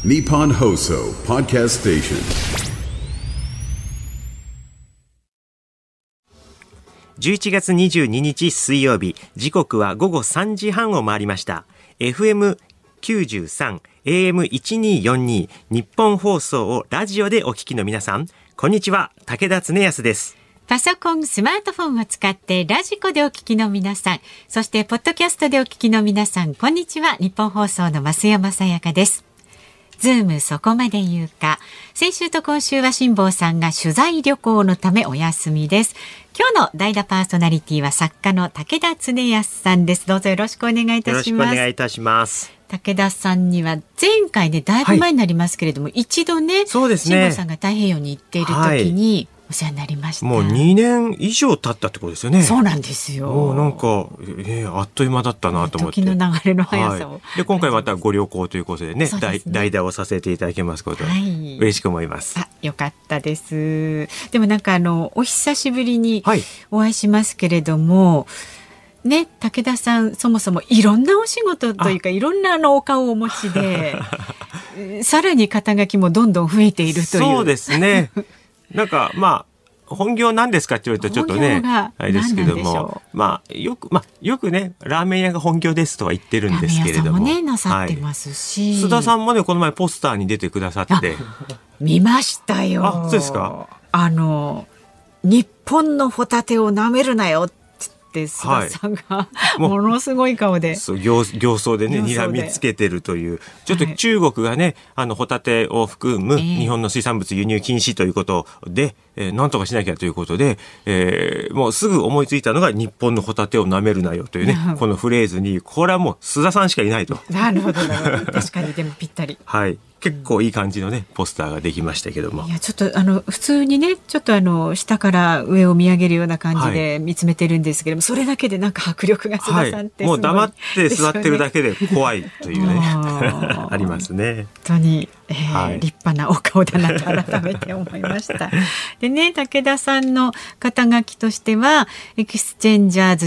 Nippon Hoso Podcast Station。 11月22日水曜日、時刻は午後3時半を回りました。 FM93 AM1242 日本放送をラジオでお聞きの皆さん、こんにちは。武田恒康です。 パソコン、スマートフォンを使ってラジコでお聞きの皆さん、そしてポッドキャストでお聞きの皆さん、こんにちは。日本放送の増山さやかです。ズームそこまで言うか。先週と今週は辛坊さんが取材旅行のためお休みです。今日の代打パーソナリティは作家の武田恒康さんです。どうぞよろしくお願いいたします。 よろしくお願いいたします。 武田さんには前回ね、だいぶ前になりますけれども、一度ね、 そうですね、 辛坊さんが太平洋に行っている時に、お世話になりました。 もう2年以上経ったってことですよね。 そうなんですよ。 もうなんか、あっという間だったなと思って。 時の流れの速さを、 で今回またご旅行ということでね、代打をさせていただけますこと、嬉しく思います。 よかったです。でもなんかお久しぶりにお会いしますけれども、ね、武田さんそもそもいろんなお仕事というかいろんなお顔をお持ちでさらに肩書きもどんどん増えているという。 そうですね。なんかまあ本業なんですかって言われるとちょっとねあれですけども、よくねラーメン屋が本業ですとは言ってるんですけれども、 ラーメン屋さんもねなさってますし、 須田さんもねこの前ポスターに出てくださって見ましたよ。 そうですか。 日本のホタテを舐めるなよって須田さんが、ものすごい顔で形相でね睨みつけてるという、ちょっと中国がねホタテを含む日本の水産物輸入禁止ということで、なんとかしなきゃということで、もうすぐ思いついたのが日本のホタテを舐めるなよというねこのフレーズに、これはもう須田さんしかいないと。 なるほどなるほど。確かにでもぴったり。 はい、結構いい感じのねポスターができましたけども、 いやちょっと普通にねちょっと下から上を見上げるような感じで見つめてるんですけども、それだけでなんか迫力が須田さんってすごい、 もう黙って座ってるだけで怖いというねありますね。 本当に、立派なお顔だなと改めて思いました。でね、武田さんの肩書きとしてはエクスチェンジャーズ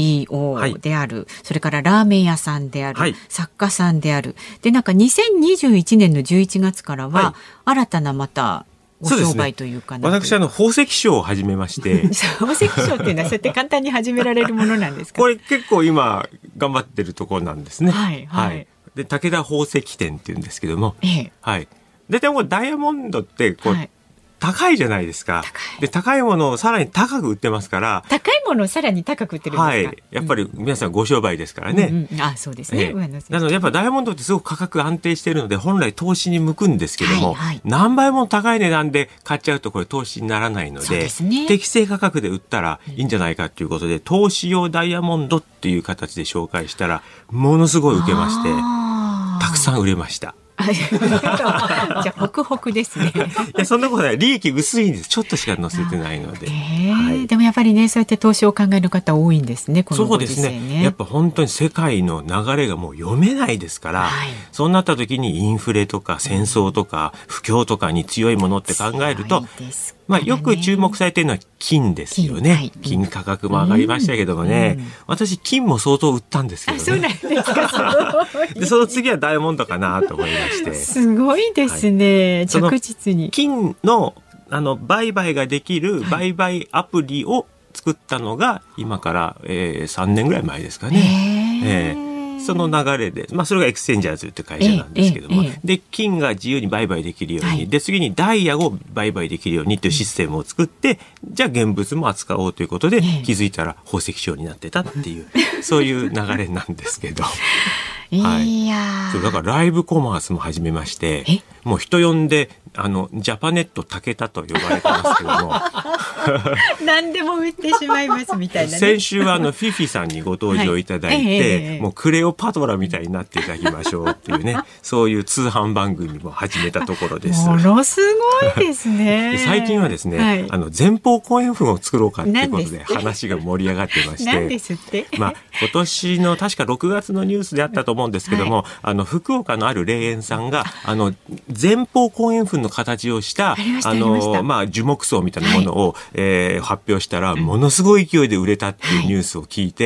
CEO である、それからラーメン屋さんである、作家さんである、でなんか2021年の11月からは、新たなまたご商売というか、 私宝石商を始めまして宝石商っていうのはそうやって簡単に始められるものなんですか？ これ結構今頑張ってるところなんですね。で武田宝石店っていうんですけども、でもダイヤモンドってこう、高いじゃないですか。で高いものをさらに高く売ってますから。 高いものをさらに高く売ってるんですか？ やっぱり皆さんご商売ですからね。 そうですね。 なのでやっぱダイヤモンドってすごく価格安定しているので本来投資に向くんですけども、何倍も高い値段で買っちゃうとこれ投資にならないので、適正価格で売ったらいいんじゃないかということで、投資用ダイヤモンドっていう形で紹介したらものすごい受けまして、たくさん売れました。 じゃあホクホクですね。 いやそんなことない。利益薄いんです。ちょっとしか載せてないので、 でもやっぱりねそうやって投資を考える方多いんですね、このご時世ね。 そうですね。やっぱ本当に世界の流れがもう読めないですから、そうなった時にインフレとか戦争とか不況とかに強いものって考えると、よく注目されているのは金ですよね。金価格も上がりましたけどもね、私金も相当売ったんですけどね。 そうなんですか。 でその次はダイヤモンドかなと思いまして。 すごいですね、着実に。 金の売買ができる売買アプリを作ったのが今から、3年ぐらい前ですかね。その流れで、それがエクスチェンジャーズって会社なんですけども、で金が自由に売買できるように、で次にダイヤを売買できるようにというシステムを作って、じゃあ現物も扱おうということで、気づいたら宝石商になってたっていうそういう流れなんですけどそうだからライブコマースも始めまして、もう人呼んでジャパネット武田と呼ばれてますけども何でも売ってしまいますみたいな、ね、 先週はフィフィさんにご登場いただいて、もうクレオパトラみたいになっていただきましょうっていうねそういう通販番組も始めたところです。 ものすごいですね。 最近はですね、前方後円墳を作ろうかっていうことで話が盛り上がってまして、 何ですって、 今年の確か6月のニュースであったと思うんですけども、福岡のある霊園さんが前方後円墳の形をした樹木葬みたいなものを、発表したらものすごい勢いで売れたっていうニュースを聞いて、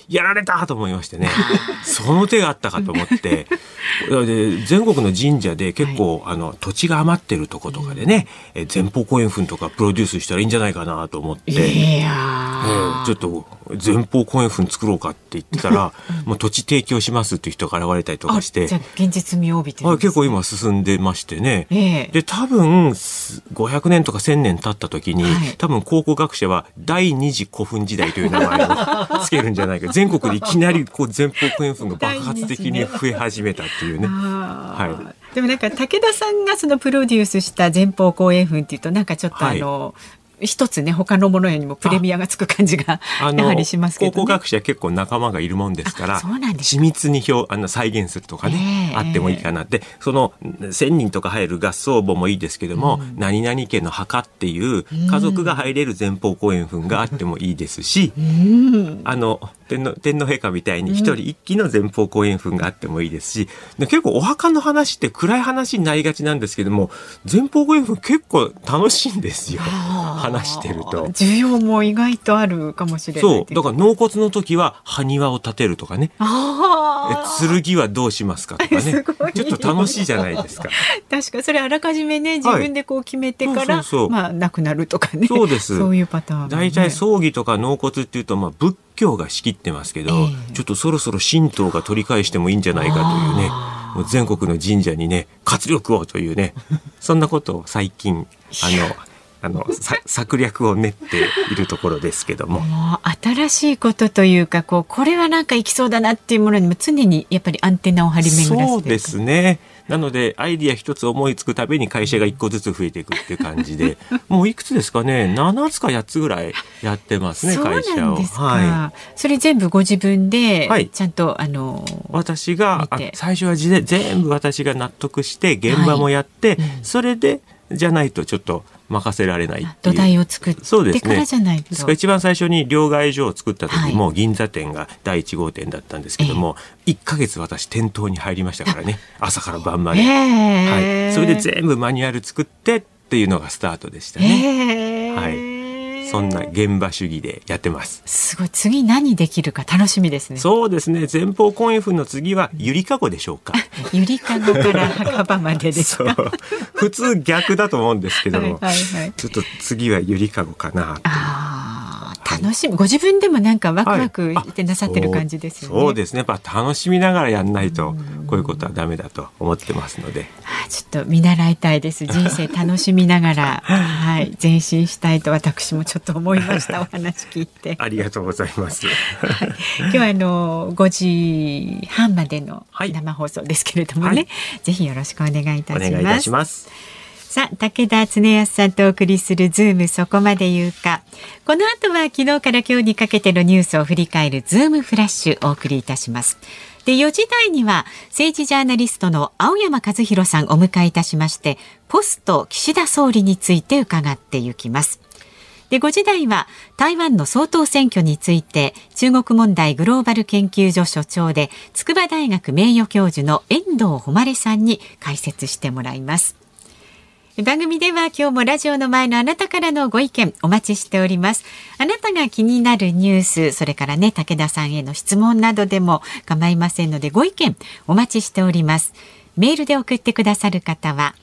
やられたと思いましてねその手があったかと思ってで全国の神社で結構、土地が余ってるとことかでね、前方後円墳とかプロデュースしたらいいんじゃないかなと思って、ちょっと前方後円墳作ろうかって言ってたらもう土地提供しますっていう人が現れたりとかして、 じゃあ現実味を帯びてるんですね。 結構今進んでましてね、で多分500年とか1000年経った時に、多分考古学者は第二次古墳時代という名前をつけるんじゃないか全国でいきなりこう前方後円墳が爆発的に増え始めたっていうね。 でもなんか武田さんがそのプロデュースした前方後円墳っていうとなんかちょっと一つね他のものよりもプレミアがつく感じがやはりしますけどね。考古学者結構仲間がいるもんですから緻密に再現するとかね、あってもいいかなって、その1000人とか入る合葬墓もいいですけども、何々家の墓っていう家族が入れる前方後円墳があってもいいですし、天皇陛下みたいに一人一基の前方後円墳があってもいいですし、結構お墓の話って暗い話になりがちなんですけども、前方後円墳結構楽しいんですよ。話してると需要も意外とあるかもしれない。 そうだから納骨の時は埴輪を立てるとかね、剣はどうしますかとかねちょっと楽しいじゃないですか。 確かそれあらかじめね自分でこう決めてから、亡くなるとかね。 そうです。 そういうパターン、 大体葬儀とか納骨っていうと仏教が仕切ってますけど、ちょっとそろそろ神道が取り返してもいいんじゃないかというね、もう全国の神社にね活力をというねそんなことを最近策略を練っているところですけども、 新しいことというかこれはなんかいきそうだなっていうものにも常にやっぱりアンテナを張り巡らせている。 そうですね。なのでアイディア一つ思いつくたびに会社が一個ずつ増えていくっていう感じでもういくつですかね、7つか8つぐらいやってますね。会社を。そうなんですか。それ全部ご自分でちゃんと、 私が最初は全部私が納得して現場もやって、それでじゃないとちょっと任せられないっていう。 土台を作ってからじゃないと。 ですから一番最初に両替所を作った時も銀座店が第1号店だったんですけども、1ヶ月私店頭に入りましたからね。朝から晩まで、それで全部マニュアル作ってっていうのがスタートでしたね。そんな現場主義でやってます。 すごい。次何できるか楽しみですね。 そうですね。前方後円墳の次はゆりかごでしょうか。 ゆりかごから墓場までですか。 普通逆だと思うんですけども、ちょっと次はゆりかごかな。 楽しみ。ご自分でもなんかワクワクしてなさってる感じですよね。 そうですね。やっぱ楽しみながらやんないとこういうことはダメだと思ってますので、 ちょっと見習いたいです。人生楽しみながら前進したいと私もちょっと思いました。お話聞いてありがとうございます。 今日は5時半までの生放送ですけれどもね、ぜひよろしくお願いいたします。 お願いいたします。 さあ、武田恒康さんとお送りするズームそこまで言うか。この後は昨日から今日にかけてのニュースを振り返るズームフラッシュをお送りいたします。で、4時台には政治ジャーナリストの青山和弘さんをお迎えいたしまして、ポスト岸田総理について伺っていきます。で、5時台は台湾の総統選挙について中国問題グローバル研究所所長で筑波大学名誉教授の遠藤誉さんに解説してもらいます。番組では今日もラジオの前のあなたからのご意見お待ちしております。あなたが気になるニュース、それからね、武田さんへの質問などでも構いませんのでご意見お待ちしております。メールで送ってくださる方は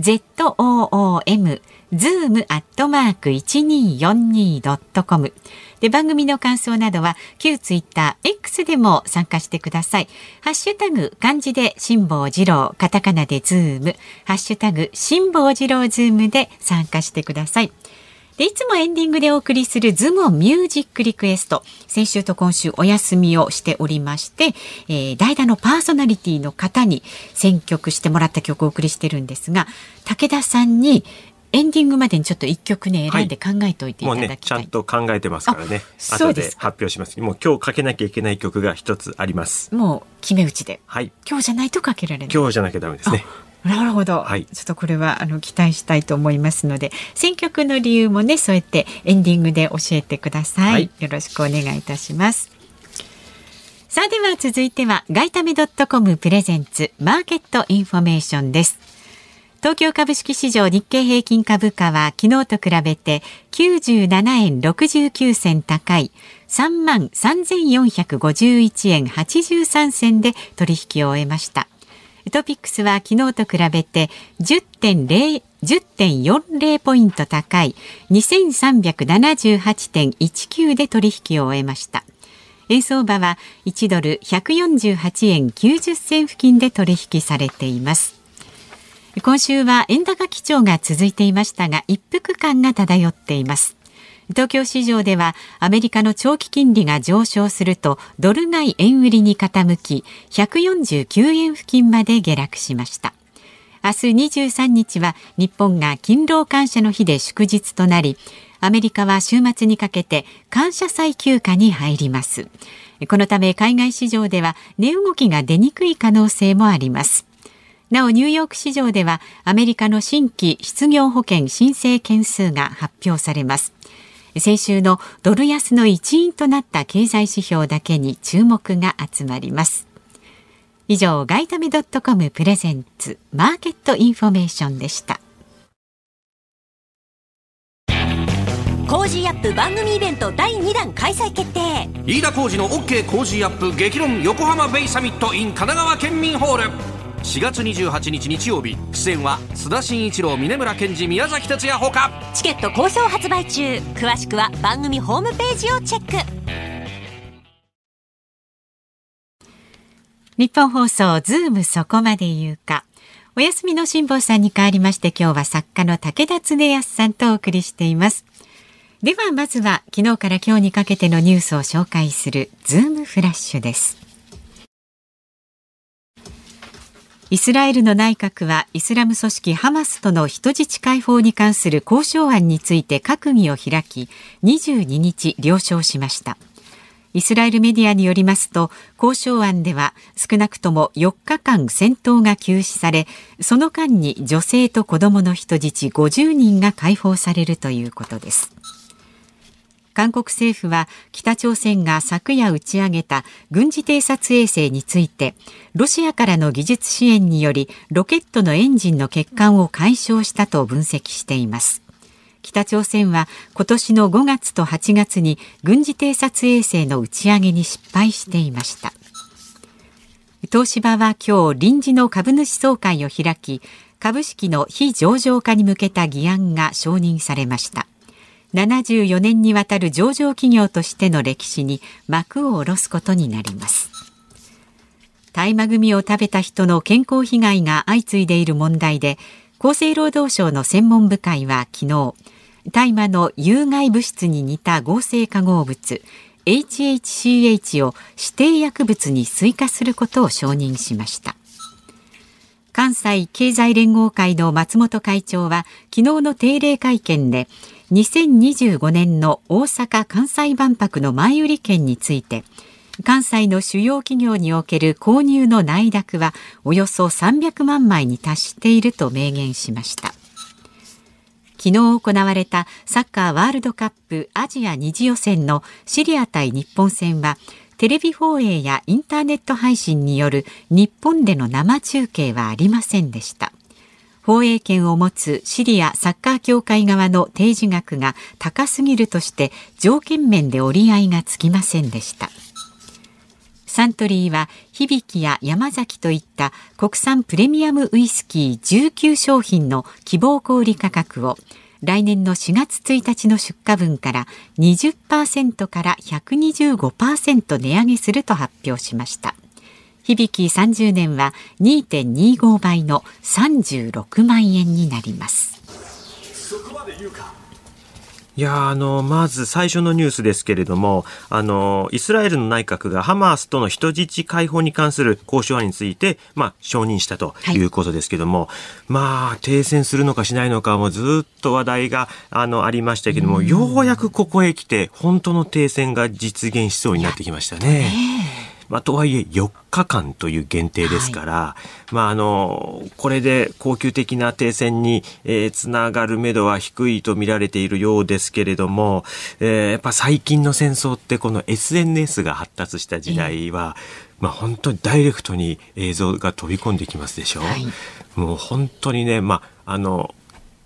zoom@1242.com で、番組の感想などは旧ツイッター X でも参加してください。ハッシュタグ漢字で辛坊治郎、カタカナでズーム、ハッシュタグ辛坊治郎ズームで参加してください。で、いつもエンディングでお送りするズモンミュージックリクエスト、先週と今週お休みをしておりまして、代打のパーソナリティの方に選曲してもらった曲をお送りしてるんですが、武田さんにエンディングまでにちょっと一曲ね選んで考えておいていただきたい。 もうね、ちゃんと考えてますからね。後で発表します。もう今日かけなきゃいけない曲が一つあります。 もう決め打ちで。今日じゃないとかけられない。 今日じゃなきゃダメですね。 なるほど、ちょっとこれは期待したいと思いますので、選曲の理由もね、そうやってエンディングで教えてください。よろしくお願いいたします。さあ、では続いてはガイタメ.comプレゼンツマーケットインフォメーションです。東京株式市場日経平均株価は昨日と比べて97円69銭高い 33,451円83銭で取引を終えました。トピックスは昨日と比べて 10.40 ポイント高い 2378.19 で取引を終えました。円相場は1ドル148円90銭付近で取引されています。今週は円高基調が続いていましたが、一服感が漂っています。東京市場ではアメリカの長期金利が上昇するとドル買い円売りに傾き、149円付近まで下落しました。明日23日は日本が勤労感謝の日で祝日となり、アメリカは週末にかけて感謝祭休暇に入ります。このため海外市場では値動きが出にくい可能性もあります。なおニューヨーク市場ではアメリカの新規失業保険申請件数が発表されます。先週のドル安の一因となった経済指標だけに注目が集まります。以上、外為.comプレゼンツマーケットインフォメーションでした。 コージーアップ番組イベント第2弾開催決定。 飯田浩司の OK コージーアップ激論横浜ベイサミット in 神奈川県民ホール、4月28日日曜日、出演は須田慎一郎、峯村健二、宮崎哲也ほか。 チケット好評発売中。詳しくは番組ホームページをチェック。 日本放送ズームそこまで言うか。お休みの辛坊さんに代わりまして、今日は作家の武田恒康さんとお送りしています。ではまずは昨日から今日にかけてのニュースを紹介するズームフラッシュです。イスラエルの内閣はイスラム組織ハマスとの人質解放に関する交渉案について閣議を開き、22日了承しました。イスラエルメディアによりますと、交渉案では少なくとも4日間戦闘が休止され、その間に女性と子どもの人質50人が解放されるということです。韓国政府は北朝鮮が昨夜打ち上げた軍事偵察衛星について、ロシアからの技術支援によりロケットのエンジンの欠陥を解消したと分析しています。北朝鮮は今年の5月と8月に軍事偵察衛星の打ち上げに失敗していました。東芝は今日臨時の株主総会を開き、株式の非上場化に向けた議案が承認されました。74年にわたる上場企業としての歴史に幕を下ろすことになります。大麻グミを食べた人の健康被害が相次いでいる問題で、厚生労働省の専門部会は昨日、大麻の有害物質に似た合成化合物 HHCH を指定薬物に追加することを承認しました。関西経済連合会の松本会長は昨日の定例会見で、2025年の大阪・関西万博の前売り券について、関西の主要企業における購入の内諾はおよそ300万枚に達していると明言しました。昨日行われたサッカーワールドカップアジア2次予選のシリア対日本戦は、テレビ放映やインターネット配信による日本での生中継はありませんでした。放映権を持つシリアサッカー協会側の提示額が高すぎるとして条件面で折り合いがつきませんでした。サントリーは響や山崎といった国産プレミアムウイスキー19商品の希望小売価格を来年の4月1日の出荷分から 20% から 125% 値上げすると発表しました。響30年は 2.25 倍の36万円になります。そこまで言うか。 いやまず最初のニュースですけれども、イスラエルの内閣がハマスとの人質解放に関する交渉案について、承認したということですけども、停戦するのかしないのかもずっと話題がありましたけども、ようやくここへ来て本当の停戦が実現しそうになってきましたね。とはいえ4日間という限定ですから、これで恒久的な停戦に、つながる目処は低いと見られているようですけれども、やっぱ最近の戦争ってこの SNS が発達した時代は、本当にダイレクトに映像が飛び込んできますでしょ。もう本当にね、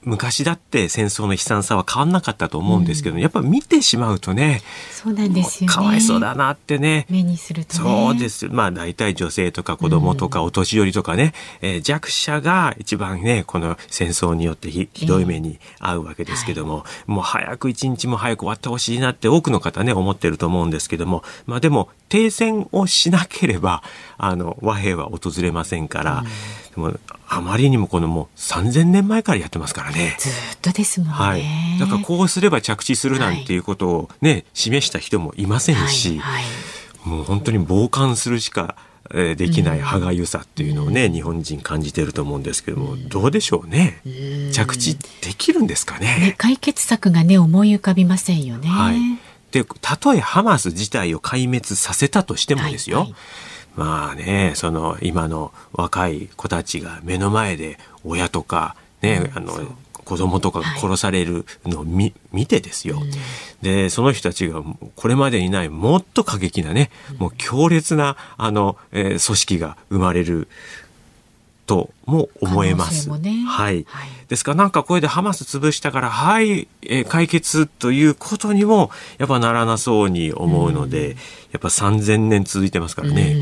昔だって戦争の悲惨さは変わんなかったと思うんですけど、やっぱ見てしまうとね、 そうなんですよね。 かわいそうだなってね。 目にするとね。 そうです。まあ大体女性とか子供とかお年寄りとかね、弱者が一番ね、この戦争によってひどい目に遭うわけですけども、もう早く一日も早く終わってほしいなって多くの方ね、思ってると思うんですけども、まあでも停戦をしなければ、和平は訪れませんから、でもあまりにもこのもう3000年前からやってますからね。 ずっとですもんね。 はい。だからこうすれば着地するなんていうことをね、示した人もいませんし、もう本当に傍観するしかできない歯がゆさっていうのをね、日本人感じてると思うんですけども、どうでしょうね。着地できるんですかね。 解決策がね、思い浮かびませんよね。 はい。で、たとえハマス自体を壊滅させたとしてもですよ。まあね、その今の若い子たちが目の前で親とかね、子供とかが殺されるのを見てですよ。で、その人たちがこれまでにないもっと過激なね、もう強烈な組織が生まれるとも思えます。はい。ですからなんかこれでハマス潰したから解決ということにもやっぱならなそうに思うので、やっぱ3000年続いてますからね。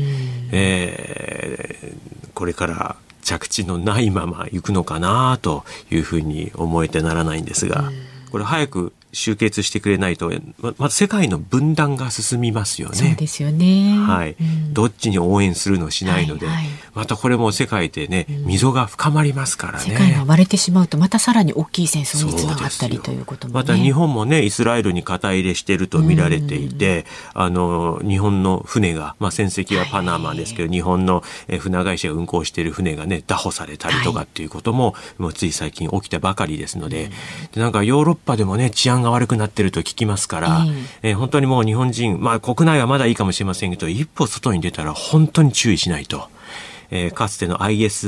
これから着地のないまま行くのかなというふうに思えてならないんですが、これ早く集結してくれないとまず世界の分断が進みますよね。 そうですよね。 はい。どっちに応援するのしないので、またこれも世界でね、溝が深まりますからね。 世界が割れてしまうとまたさらに大きい戦争につながったりということもね。 また日本もね、イスラエルに肩入れしていると見られていて、日本の船が、まあ船籍はパナマですけど、日本の船会社が運航している船がね、拿捕されたりとかっていうことも、もうつい最近起きたばかりですので、でなんかヨーロッパでもね、治安が悪くなってると聞きますから、本当にもう日本人、まあ国内はまだいいかもしれませんけど、一歩外に出たら本当に注意しないと。かつての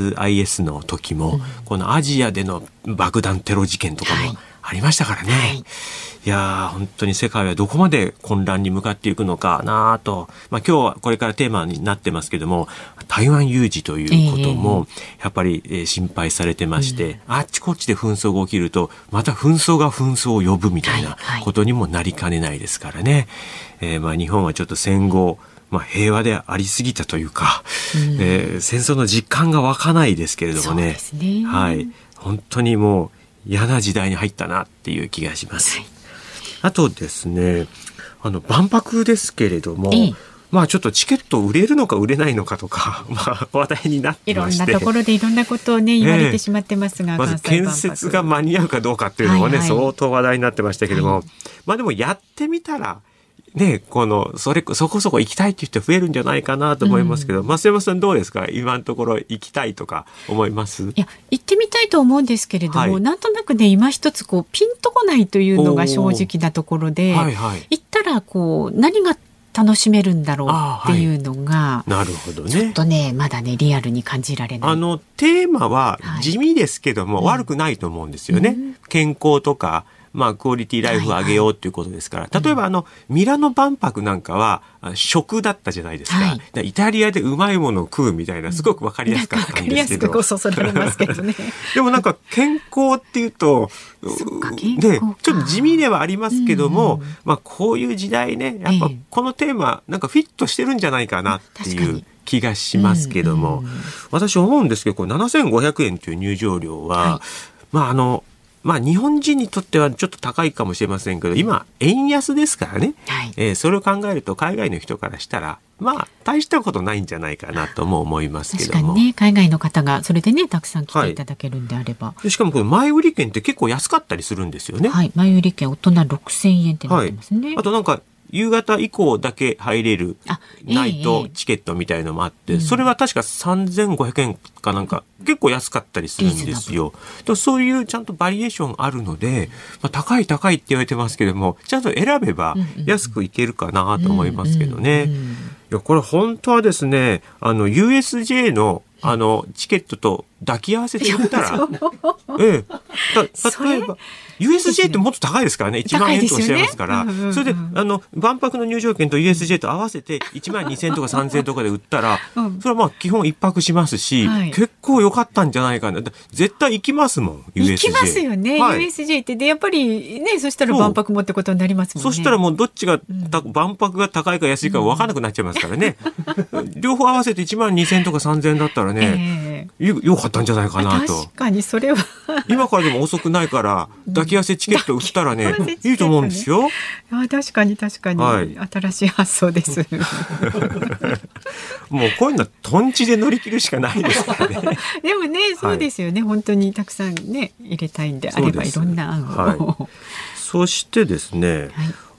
IS の時も、このアジアでの爆弾テロ事件とかもありましたからね。いやー、本当に世界はどこまで混乱に向かっていくのかなと。まあ今日はこれからテーマになってますけども、台湾有事ということもやっぱり心配されてまして、あっちこっちで紛争が起きると、また紛争が紛争を呼ぶみたいなことにもなりかねないですからね。まあ日本はちょっと戦後、まあ、平和でありすぎたというか、戦争の実感が湧かないですけれどもね。はい。本当にもう嫌な時代に入ったなっていう気がします。あとですね、万博ですけれども、まあちょっとチケット売れるのか売れないのかとか、まあ話題になってまして。 いろんなところでいろんなことをね、言われてしまってますが、 まず建設が間に合うかどうかっていうのもね、相当話題になってましたけども、まあでもやってみたら、ね、そこそこ行きたいっていう人増えるんじゃないかなと思いますけど、増山さんどうですか？今のところ行きたいとか思います？ いや、行ってみたいと思うんですけれども、なんとなくね、今一つこうピンとこないというのが正直なところで、行ったらこう何が楽しめるんだろうっていうのが、 なるほどね。 ちょっとね、まだね、リアルに感じられない。 テーマは地味ですけども、悪くないと思うんですよね。健康とか、まあ、クオリティライフを上げようっていうことですから。例えばミラノ万博なんかは、食だったじゃないですか。イタリアでうまいものを食うみたいな、すごくわかりやすかったんですけど。わかりやすくこそそられますけどね。でもなんか健康っていうと、で、ちょっと地味ではありますけども、まあ、こういう時代ね、やっぱこのテーマ、なんかフィットしてるんじゃないかなっていう気がしますけども、私思うんですけど、これ7500円という入場料は、まあ日本人にとってはちょっと高いかもしれませんけど、今円安ですからね、それを考えると海外の人からしたらまあ大したことないんじゃないかなとも思いますけども。 確かにね、海外の方がそれでねたくさん来ていただけるんであれば、 しかもこの前売り券って結構安かったりするんですよね。 前売り券大人6000円ってなってますね。 あとなんか夕方以降だけ入れるナイトチケットみたいのもあって、それは確か3500円かなんか結構安かったりするんですよ。そういうちゃんとバリエーションあるので、まあ、高いって言われてますけども、ちゃんと選べば安くいけるかなと思いますけどね。いやこれ本当はですね、USJ のチケットと抱き合わせて売ったら例えばUSJ ってもっと高いですからね、1万円とおっしゃいますから、それで万博の入場券と USJ と合わせて1万2000とか3000とかで売ったら、それはまあ基本一泊しますし、結構良かったんじゃないかな。絶対行きますもん、USJ。 行きますよね、USJ ってでやっぱりね、そしたら万博もってことになりますもんね。 そしたらもうどっちが万博が高いか安いか分からなくなっちゃいますからね。両方合わせて1万2000とか3000だったらね、良かったんじゃないかなと。 確かにそれは今からでも遅くないから抱き合わせチケット売ったらねいいと思うんですよ。 確かに、新しい発想ですもうこういうのはトンチで乗り切るしかないですからねでもね、そうですよね、本当にたくさんね入れたいんであればいろんな案を、 そしてですね、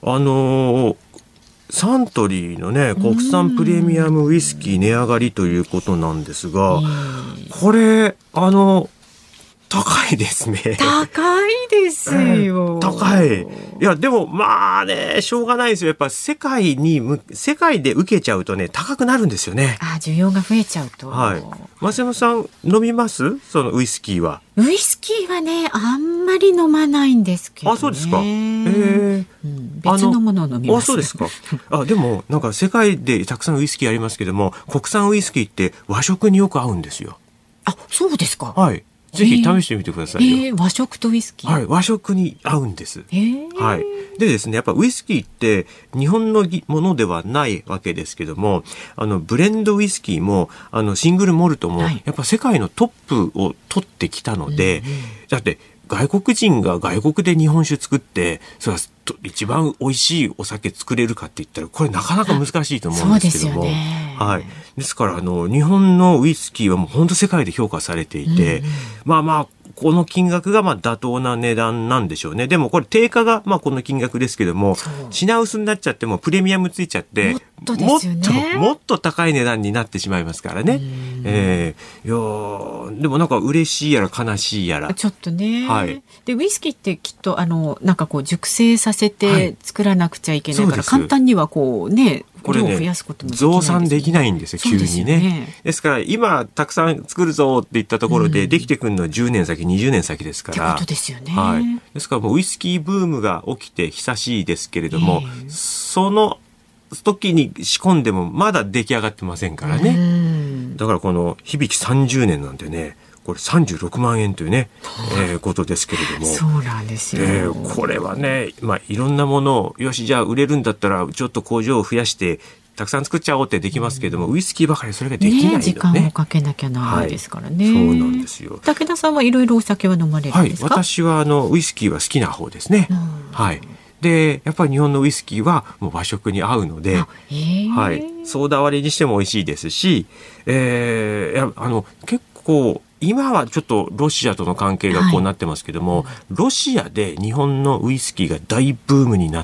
サントリーのね国産プレミアムウイスキー値上がりということなんですが、これ高いですね。 高いですよ。 高い。いやでもまあね、しょうがないですよ。やっぱ世界で受けちゃうとね高くなるんですよね。 需要が増えちゃうと。 増山さん飲みます？そのウイスキーは。 ウイスキーはねあんまり飲まないんですけどね。 そうですか。 別のものを飲みます。 そうですか。でもなんか世界でたくさんウイスキーありますけども、国産ウイスキーって和食によく合うんですよ。 そうですか。 ぜひ試してみてくださいよ。 和食とウイスキー。 和食に合うんです。でですね、やっぱウイスキーって日本のものではないわけですけども、ブレンドウイスキーもシングルモルトもやっぱ世界のトップを取ってきたので、だって外国人が外国で日本酒作ってそれは一番美味しいお酒作れるかって言ったらこれなかなか難しいと思うんですけども、ですから日本のウイスキーはもう本当世界で評価されていて、この金額が妥当な値段なんでしょうね。でもこれ定価がこの金額ですけども、品薄になっちゃってもプレミアムついちゃってもっと高い値段になってしまいますからね。でもなんか嬉しいやら悲しいやらちょっとね、 でウイスキーってきっとなんかこう熟成させて作らなくちゃいけないから、簡単にはこうねこれね増産できないんですよ、急にね。ですから今たくさん作るぞって言ったところで、できてくるのは10年先20年先ですから、 ってことですよね。 ですからもうウイスキーブームが起きて久しいですけれども、その時に仕込んでもまだ出来上がってませんからね。だからこの響き30年なんてね、これ36万円というね、ことですけれども、 そうなんですよ。 これはね、いろんなものをよしじゃあ売れるんだったらちょっと工場を増やしてたくさん作っちゃおうってできますけども、ウイスキーばかりそれができないのね。 時間をかけなきゃないですからね。 そうなんですよ。 武田さんはいろいろお酒は飲まれるんですか？ 私はウイスキーは好きな方ですね。でやっぱり日本のウイスキーはもう和食に合うので、ソーダ割りにしても美味しいですし、結構今はちょっとロシアとの関係がこうなってますけども、ロシアで日本のウイスキーが大ブームになって、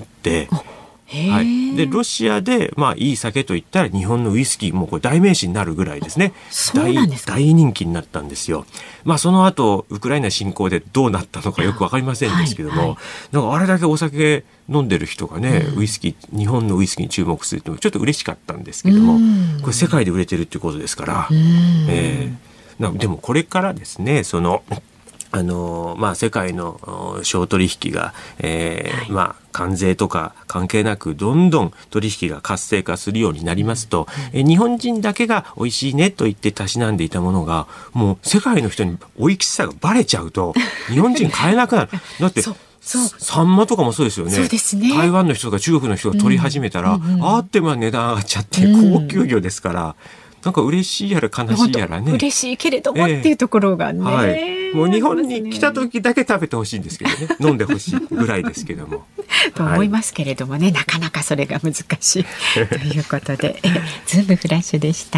でロシアでいい酒といったら日本のウイスキーもこれ代名詞になるぐらいですね。大人気になったんですよ。その後ウクライナ侵攻でどうなったのかよくわかりませんですけども、なんかあれだけお酒飲んでる人がね、ウイスキー日本のウイスキーに注目するってちょっと嬉しかったんですけども、これ世界で売れてるっていうことですから、でもこれからですね、その世界の商取引が、関税とか関係なくどんどん取引が活性化するようになりますと、日本人だけが美味しいねと言ってたしなんでいたものがもう世界の人に美味しさがバレちゃうと日本人買えなくなる。だってサンマとかもそうですよね。台湾の人とか中国の人が取り始めたら、あって値段上がっちゃって高級魚ですから、なんか嬉しいやら悲しいやらね。 嬉しいけれどもっていうところがね。 もう日本に来た時だけ食べてほしいんですけどね。飲んでほしいぐらいですけども。 と思いますけれどもね、なかなかそれが難しいということで、ズームフラッシュでした。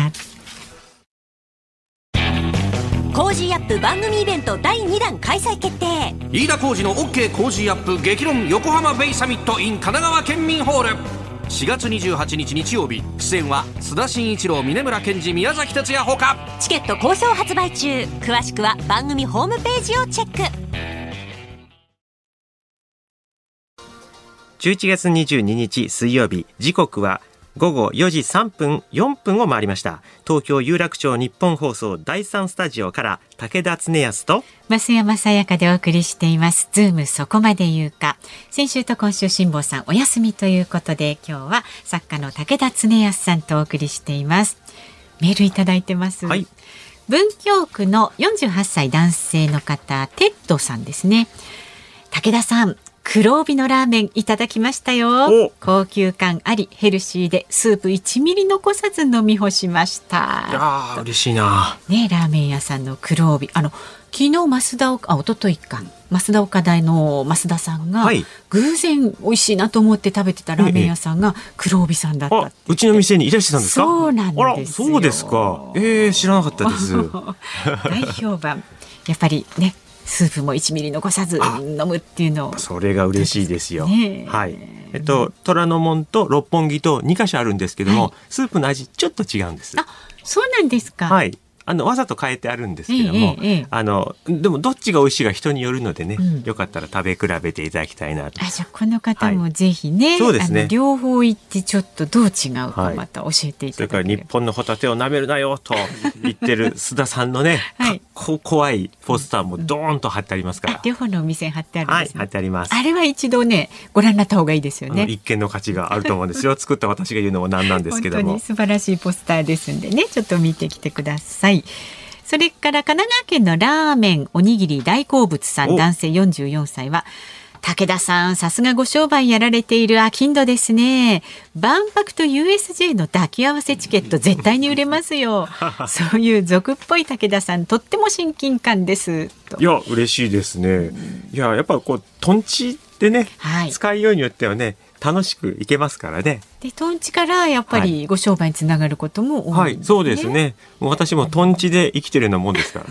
コージーアップ番組イベント第2弾開催決定。 飯田浩司の OK コージーアップ激論横浜ベイサミット in 神奈川県民ホール、4月28日日曜日、出演は須田慎一郎、峯村健二、宮崎哲也ほか。 チケット好評発売中。詳しくは番組ホームページをチェック。 11月22日水曜日、時刻は午後4時3分4分を回りました。東京有楽町日本放送第3スタジオから武田恒康と増山さやかでお送りしていますズームそこまで言うか。先週と今週辛坊さんお休みということで、今日は作家の武田恒康さんとお送りしています。メールいただいてます、 はい、 文京区の48歳男性の方、テッドさんですね。武田さん、黒帯のラーメンいただきましたよ。高級感ありヘルシーでスープ1ミリ残さず飲み干しました。 いや嬉しいな、 ね、ラーメン屋さんの黒帯、昨日一昨日か増田岡大の増田さんが、はい、偶然美味しいなと思って食べてたラーメン屋さんが黒帯さんだったって。 うちの店にいらしてたんですか？ そうなんですよ。 そうですか。知らなかったです大評判。やっぱりね、スープも1ミリ残さず飲むっていうのを、 それが嬉しいですよ、ね。はい。虎ノ門と六本木と2カ所あるんですけども、はい、スープの味ちょっと違うんです。 そうなんですか。 はい。わざと変えてあるんですけども、でもどっちが美味しいか人によるのでね、よかったら食べ比べていただきたいなと。 じゃあこの方もぜひね、はい、 そうですね、 両方行ってちょっとどう違うかまた教えていただければ、 それから日本のホタテを舐めるなよと言ってる須田さんのね、はい、怖いポスターもドーンと貼ってありますから、 両方のお店に貼ってあるんですね。 はい、貼ってあります。 あれは一度ねご覧になった方がいいですよね。 一見の価値があると思うんですよ作った私が言うのもなんなんですけども本当に素晴らしいポスターですんでね、ちょっと見てきてください。それから神奈川県のラーメンおにぎり大好物さん、男性44歳は、武田さんさすがご商売やられている商人ですね。万博と USJ の抱き合わせチケット絶対に売れますよそういう俗っぽい武田さん、とっても親近感ですと。 いや嬉しいですね。いややっぱこうトンチってね、はい、使いようによってはね楽しくいけますからね。 でトンチからやっぱりご商売につながることも多い、ね。はい、 そうですね。もう私もトンチで生きてるようなもんですから。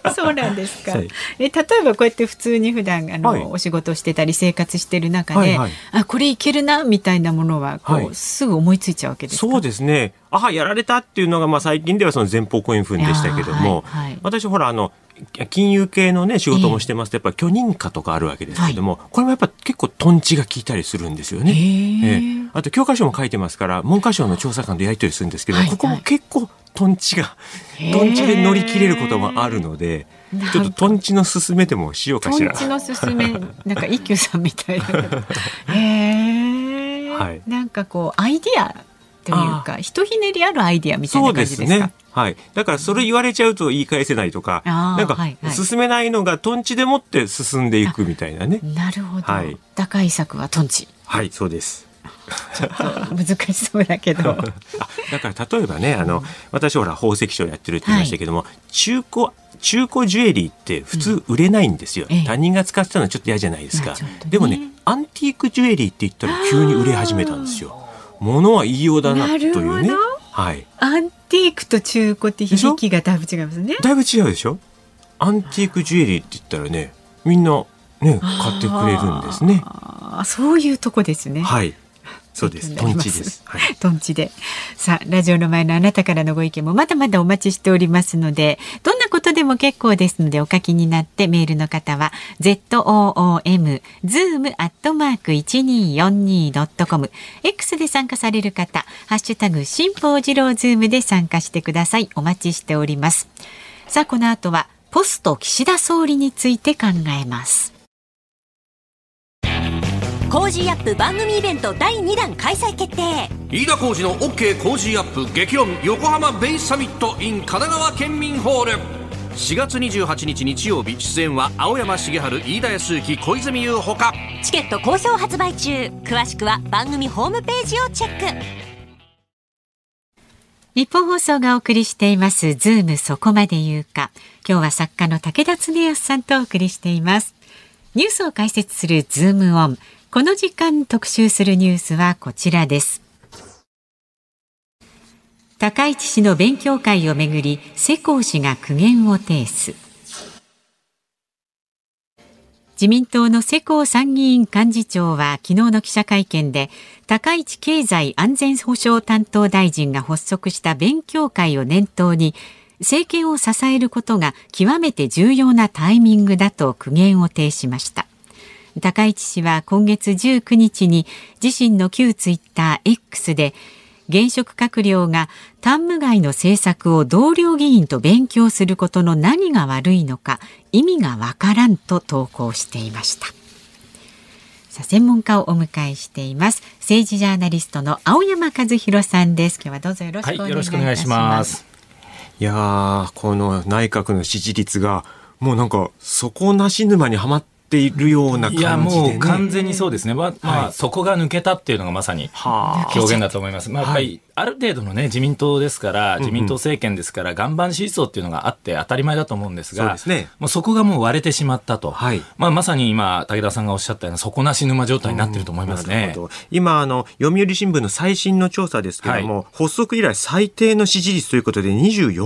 そうなんですか。はい、例えばこうやって普通に普段はい、お仕事してたり生活してる中で、はいはい、これいけるなみたいなものはこう、はい、すぐ思いついちゃうわけですか。 そうですね。やられたっていうのが、最近ではその前方後円墳でしたけども、はいはい、私ほら金融系のね仕事もしてますとやっぱり許認可とかあるわけですけども、これもやっぱ結構トンチが効いたりするんですよね。あと教科書も書いてますから文科省の調査官とやり取りするんですけど、ここも結構トンチで乗り切れることもあるので、ちょっとトンチのすすめでもしようかしら。 トンチのすすめなんか一休さんみたいだけどはい、なんかこうアイディアというかひとひねりあるアイディアみたいな感じですか。そうですね。 はい、だからそれ言われちゃうと言い返せないとか、なんか進めないのがトンチでもって進んでいくみたいなね。 なるほど、はい、打開策はトンチ。 はい、そうです。 ちょっと難しそうだけどだから例えばね私ほら宝石商やってるって言いましたけども、はい、中古ジュエリーって普通売れないんですよ、他人が使ってたのはちょっと嫌じゃないですか、でもねアンティークジュエリーって言ったら急に売れ始めたんですよ。物は言いようだなというね。はい、 アンティークと中古って響きがだいぶ違いますね。 だいぶ違うでしょ。アンティークジュエリーって言ったらねみんなね買ってくれるんですね。 そういうとこですね。 はい、そうです。トンチです。はい、 トンチで。さあラジオの前のあなたからのご意見もまだまだお待ちしておりますので、どんなことでも結構ですのでお書きになって、メールの方は zoom@1242.com、 X で参加される方ハッシュタグ辛坊治郎ズームで参加してください。お待ちしております。さあこの後はポスト岸田総理について考えます。 コージーアップ番組イベント第2弾開催決定。 飯田浩司の OK コージーアップ激論横浜ベイサミット in 神奈川県民ホール、4月28日日曜日、出演は青山茂春、飯田康之、小泉優ほか。 チケット好評発売中。詳しくは番組ホームページをチェック。 日本放送がお送りしていますズームそこまで言うか。今日は作家の武田恒康さんとお送りしています。ニュースを解説するズームオン。この時間特集するニュースはこちらです。高市氏の勉強会をめぐり世耕氏が苦言を呈す。自民党の世耕参議院幹事長は昨日の記者会見で、高市経済安全保障担当大臣が発足した勉強会を念頭に、政権を支えることが極めて重要なタイミングだと苦言を呈しました。 高市氏は今月19日に自身の旧ツイッター X で現職閣僚が担務外の政策を同僚議員と勉強することの何が悪いのか意味がわからんと投稿していました。さあ、専門家をお迎えしています。政治ジャーナリストの青山和弘さんです。今日はどうぞよろしくお願いいたします。 よろしくお願いします。 いやー、この内閣の支持率がもうなんか底なし沼にはまっているような感じで、ね、 いやもう完全にそうですね。底が抜けたっていうのがまさに表現だと思います。やっぱりある程度のね、自民党ですから、自民党政権ですから、岩盤支持層っていうのがあって当たり前だと思うんですが、もうそこがもう割れてしまったと。まさに今、武田さんがおっしゃったような底なし沼状態になっていると思いますね。 今、読売新聞の最新の調査ですけれども、発足以来最低の支持率ということで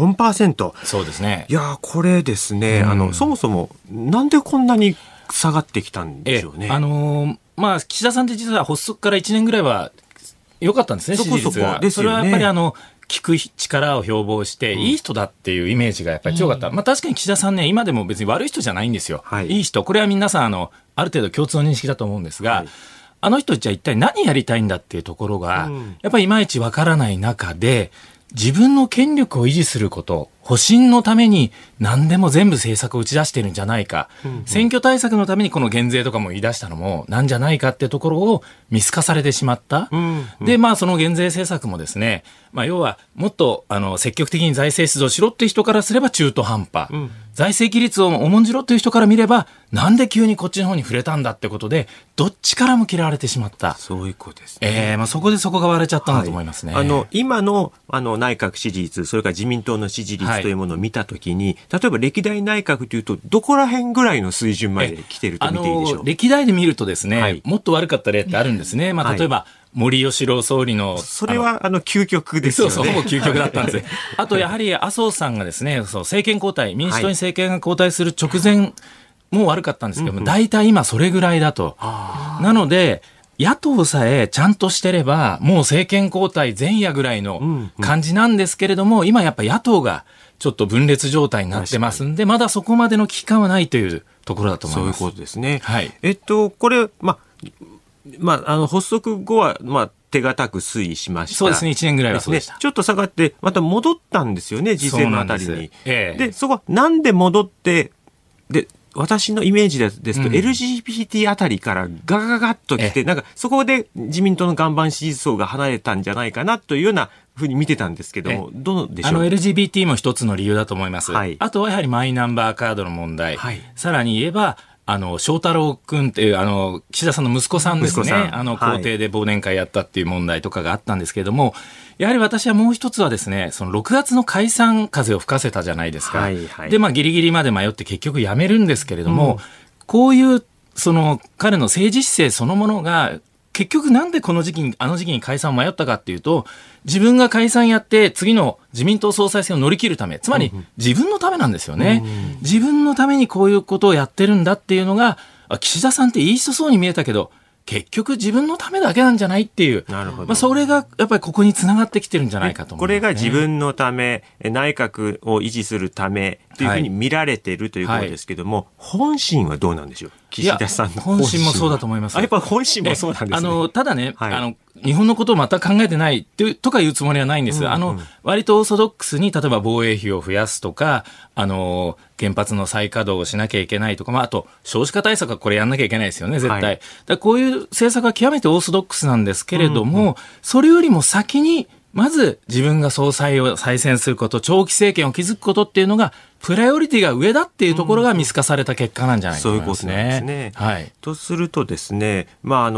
24%。 そうですね。 いや、これですね、そもそもなんでこんなに下がってきたんでしょうね。 岸田さんって実は発足から1年ぐらいは良かったんですね、支持率が。それはやっぱり聞く力を標榜して、いい人だっていうイメージがやっぱり強かった。確かに岸田さんね、今でも別に悪い人じゃないんですよ。いい人。これは皆さんある程度共通の認識だと思うんですが、あの人じゃ一体何やりたいんだっていうところが、やっぱりいまいちわからない中で、自分の権力を維持すること、保身のために何でも全部政策を打ち出してるんじゃないか、選挙対策のためにこの減税とかも言い出したのもなんじゃないかっていうところを見透かされてしまった。で、その減税政策もですね、要はもっと積極的に財政出動しろっていう人からすれば中途半端、財政規律を重んじろっていう人から見ればなんで急にこっちの方に触れたんだってことでどっちからも嫌われてしまった。 そういうことですね。 そこでそこが割れちゃったんだと思いますね。 今の内閣支持率、それから自民党の支持率というものを見たときに、例えば歴代内閣というとどこら辺ぐらいの水準まで来てると見ていいでしょう。 歴代で見るとですね、もっと悪かった例ってあるんですね。例えば森喜朗総理のそれは究極ですよね。 ほぼ究極だったんです。あとやはり麻生さんがですね、政権交代、民主党に政権が交代する直前も悪かったんですけども、大体今それぐらいだと。なので野党さえちゃんとしてればもう政権交代前夜ぐらいの感じなんですけれども、今やっぱ野党がちょっと分裂状態になってますんで、まだそこまでの危機感はないというところだと思います。 そういうことですね。これ発足後は手堅く推移しました。 そうですね、1年ぐらいはそうでした。 ちょっと下がってまた戻ったんですよね、次戦のあたりに。でそこはなんで戻ってで私のイメージですと、LGBT あたりからガガガッと来て、なんかそこで自民党の岩盤支持層が離れたんじゃないかなというようなふうに見てたんですけども、どうでしょう。 LGBT も一つの理由だと思います。あとはやはりマイナンバーカードの問題。さらに言えば翔太郎君っていう岸田さんの息子さんですね。公邸で忘年会やったっていう問題とかがあったんですけれども、やはり私はもう一つはですね、その6月の解散風を吹かせたじゃないですか。で、ギリギリまで迷って結局やめるんですけれども、こういう彼の政治姿勢そのものが結局なんでこの時期にあの時期に解散を迷ったかっていうと、自分が解散やって次の自民党総裁選を乗り切るため、つまり自分のためなんですよね。自分のためにこういうことをやってるんだっていうのが、岸田さんっていい人そうに見えたけど結局自分のためだけなんじゃないっていう、それがやっぱりここにつながってきてるんじゃないかと思いますね。 これが自分のため、内閣を維持するためというふうに見られているということですけども、本心はどうなんでしょう。岸田さんの本心もそうだと思います。 やっぱ本心もそうなんですね。 ただね、日本のことを全く考えてないとかいうつもりはないんです。割とオーソドックスに例えば防衛費を増やすとか、原発の再稼働をしなきゃいけないとか、あと少子化対策はこれやんなきゃいけないですよね、絶対。こういう政策は極めてオーソドックスなんですけれども、それよりも先にまず自分が総裁を再選すること、長期政権を築くことっていうのがプライオリティが上だっていうところが見透かされた結果なんじゃないかと思いますね。 そういうことなんですね。とするとですね、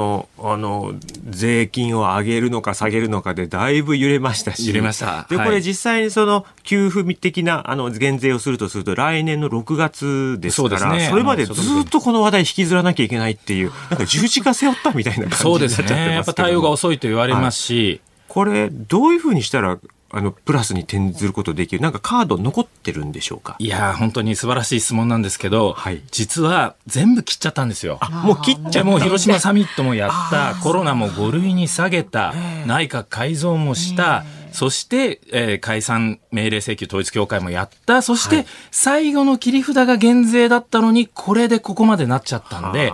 税金を上げるのか下げるのかでだいぶ揺れましたし、でこれ実際に給付的な減税をするとすると来年の6月ですから、それまでずっとこの話題引きずらなきゃいけないっていう、なんか十字架背負ったみたいな感じになっちゃってますけど。そうですね。 やっぱ対応が遅いと言われますし、 これどういうふうにしたらプラスに転ずることできる、なんかカード残ってるんでしょうか。 いや本当に素晴らしい質問なんですけど、実は全部切っちゃったんですよ。 もう切っちゃった。 もう広島サミットもやった、コロナも5類に下げた、内閣改造もした、そして、解散命令請求統一協会もやった、そして最後の切り札が減税だったのにこれでここまでなっちゃったんで、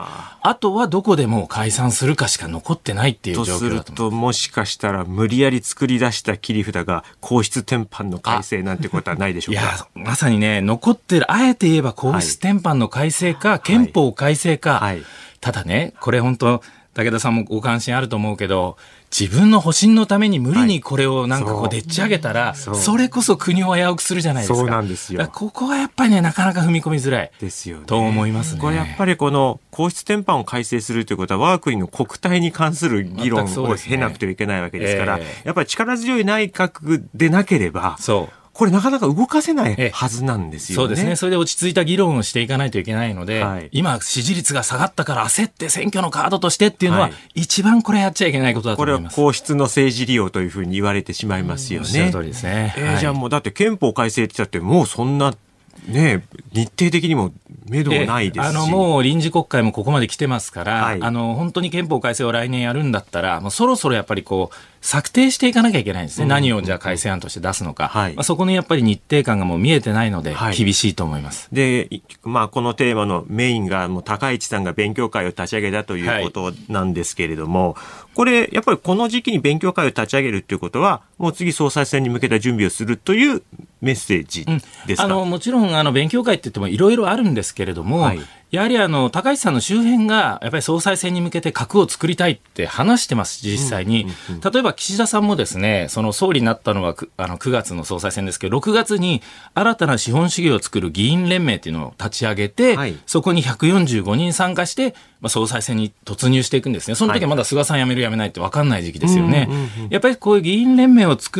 あとはどこでもう解散するかしか残ってないっていう状況だと思う。 とすると、もしかしたら無理やり作り出した切り札が皇室典範の改正なんてことはないでしょうか。 いや、まさにね、残ってる、あえて言えば皇室典範の改正か、憲法改正か、ただね、これ本当武田さんもご関心あると思うけど、自分の保身のために無理にこれをなんかこうでっち上げたら、それこそ国を危うくするじゃないですか。 そうなんですよ。 ここはやっぱりね、なかなか踏み込みづらいですよね、と思いますね。 これやっぱりこの皇室典範を改正するということは、我が国の国体に関する議論を経なくてはいけないわけですから、やっぱり力強い内閣でなければ、これなかなか動かせないはずなんですよね。 そうですね。それで落ち着いた議論をしていかないといけないので、今支持率が下がったから焦って選挙のカードとしてっていうのは、一番これやっちゃいけないことだと思います。 これは皇室の政治利用というふうに言われてしまいますよね。 おっしゃる通りですね。 じゃあもうだって憲法改正って言ったってもうそんなね、日程的にも目処もないですし、 もう臨時国会もここまで来てますから、本当に憲法改正を来年やるんだったら、もうそろそろやっぱりこう策定していかなきゃいけないんですね。何をじゃあ改正案として出すのか、そこのやっぱり日程感がもう見えてないので、厳しいと思います。 で、このテーマのメインがもう高市さんが勉強会を立ち上げたということなんですけれども、これやっぱりこの時期に勉強会を立ち上げるということは、もう次総裁選に向けた準備をするというメッセージですか。 もちろん勉強会って言ってもいろいろあるんですけれども、やはり高市さんの周辺がやっぱり総裁選に向けて核を作りたいって話してます、実際に。例えば岸田さんもですね、その総理になったのは9月の総裁選ですけど、6月に新たな資本主義を作る議員連盟っていうのを立ち上げて、そこに145人参加して、総裁選に突入していくんですね。その時はまだ菅さん辞める辞めないって分かんない時期ですよね。やっぱりこういう議員連盟を作って、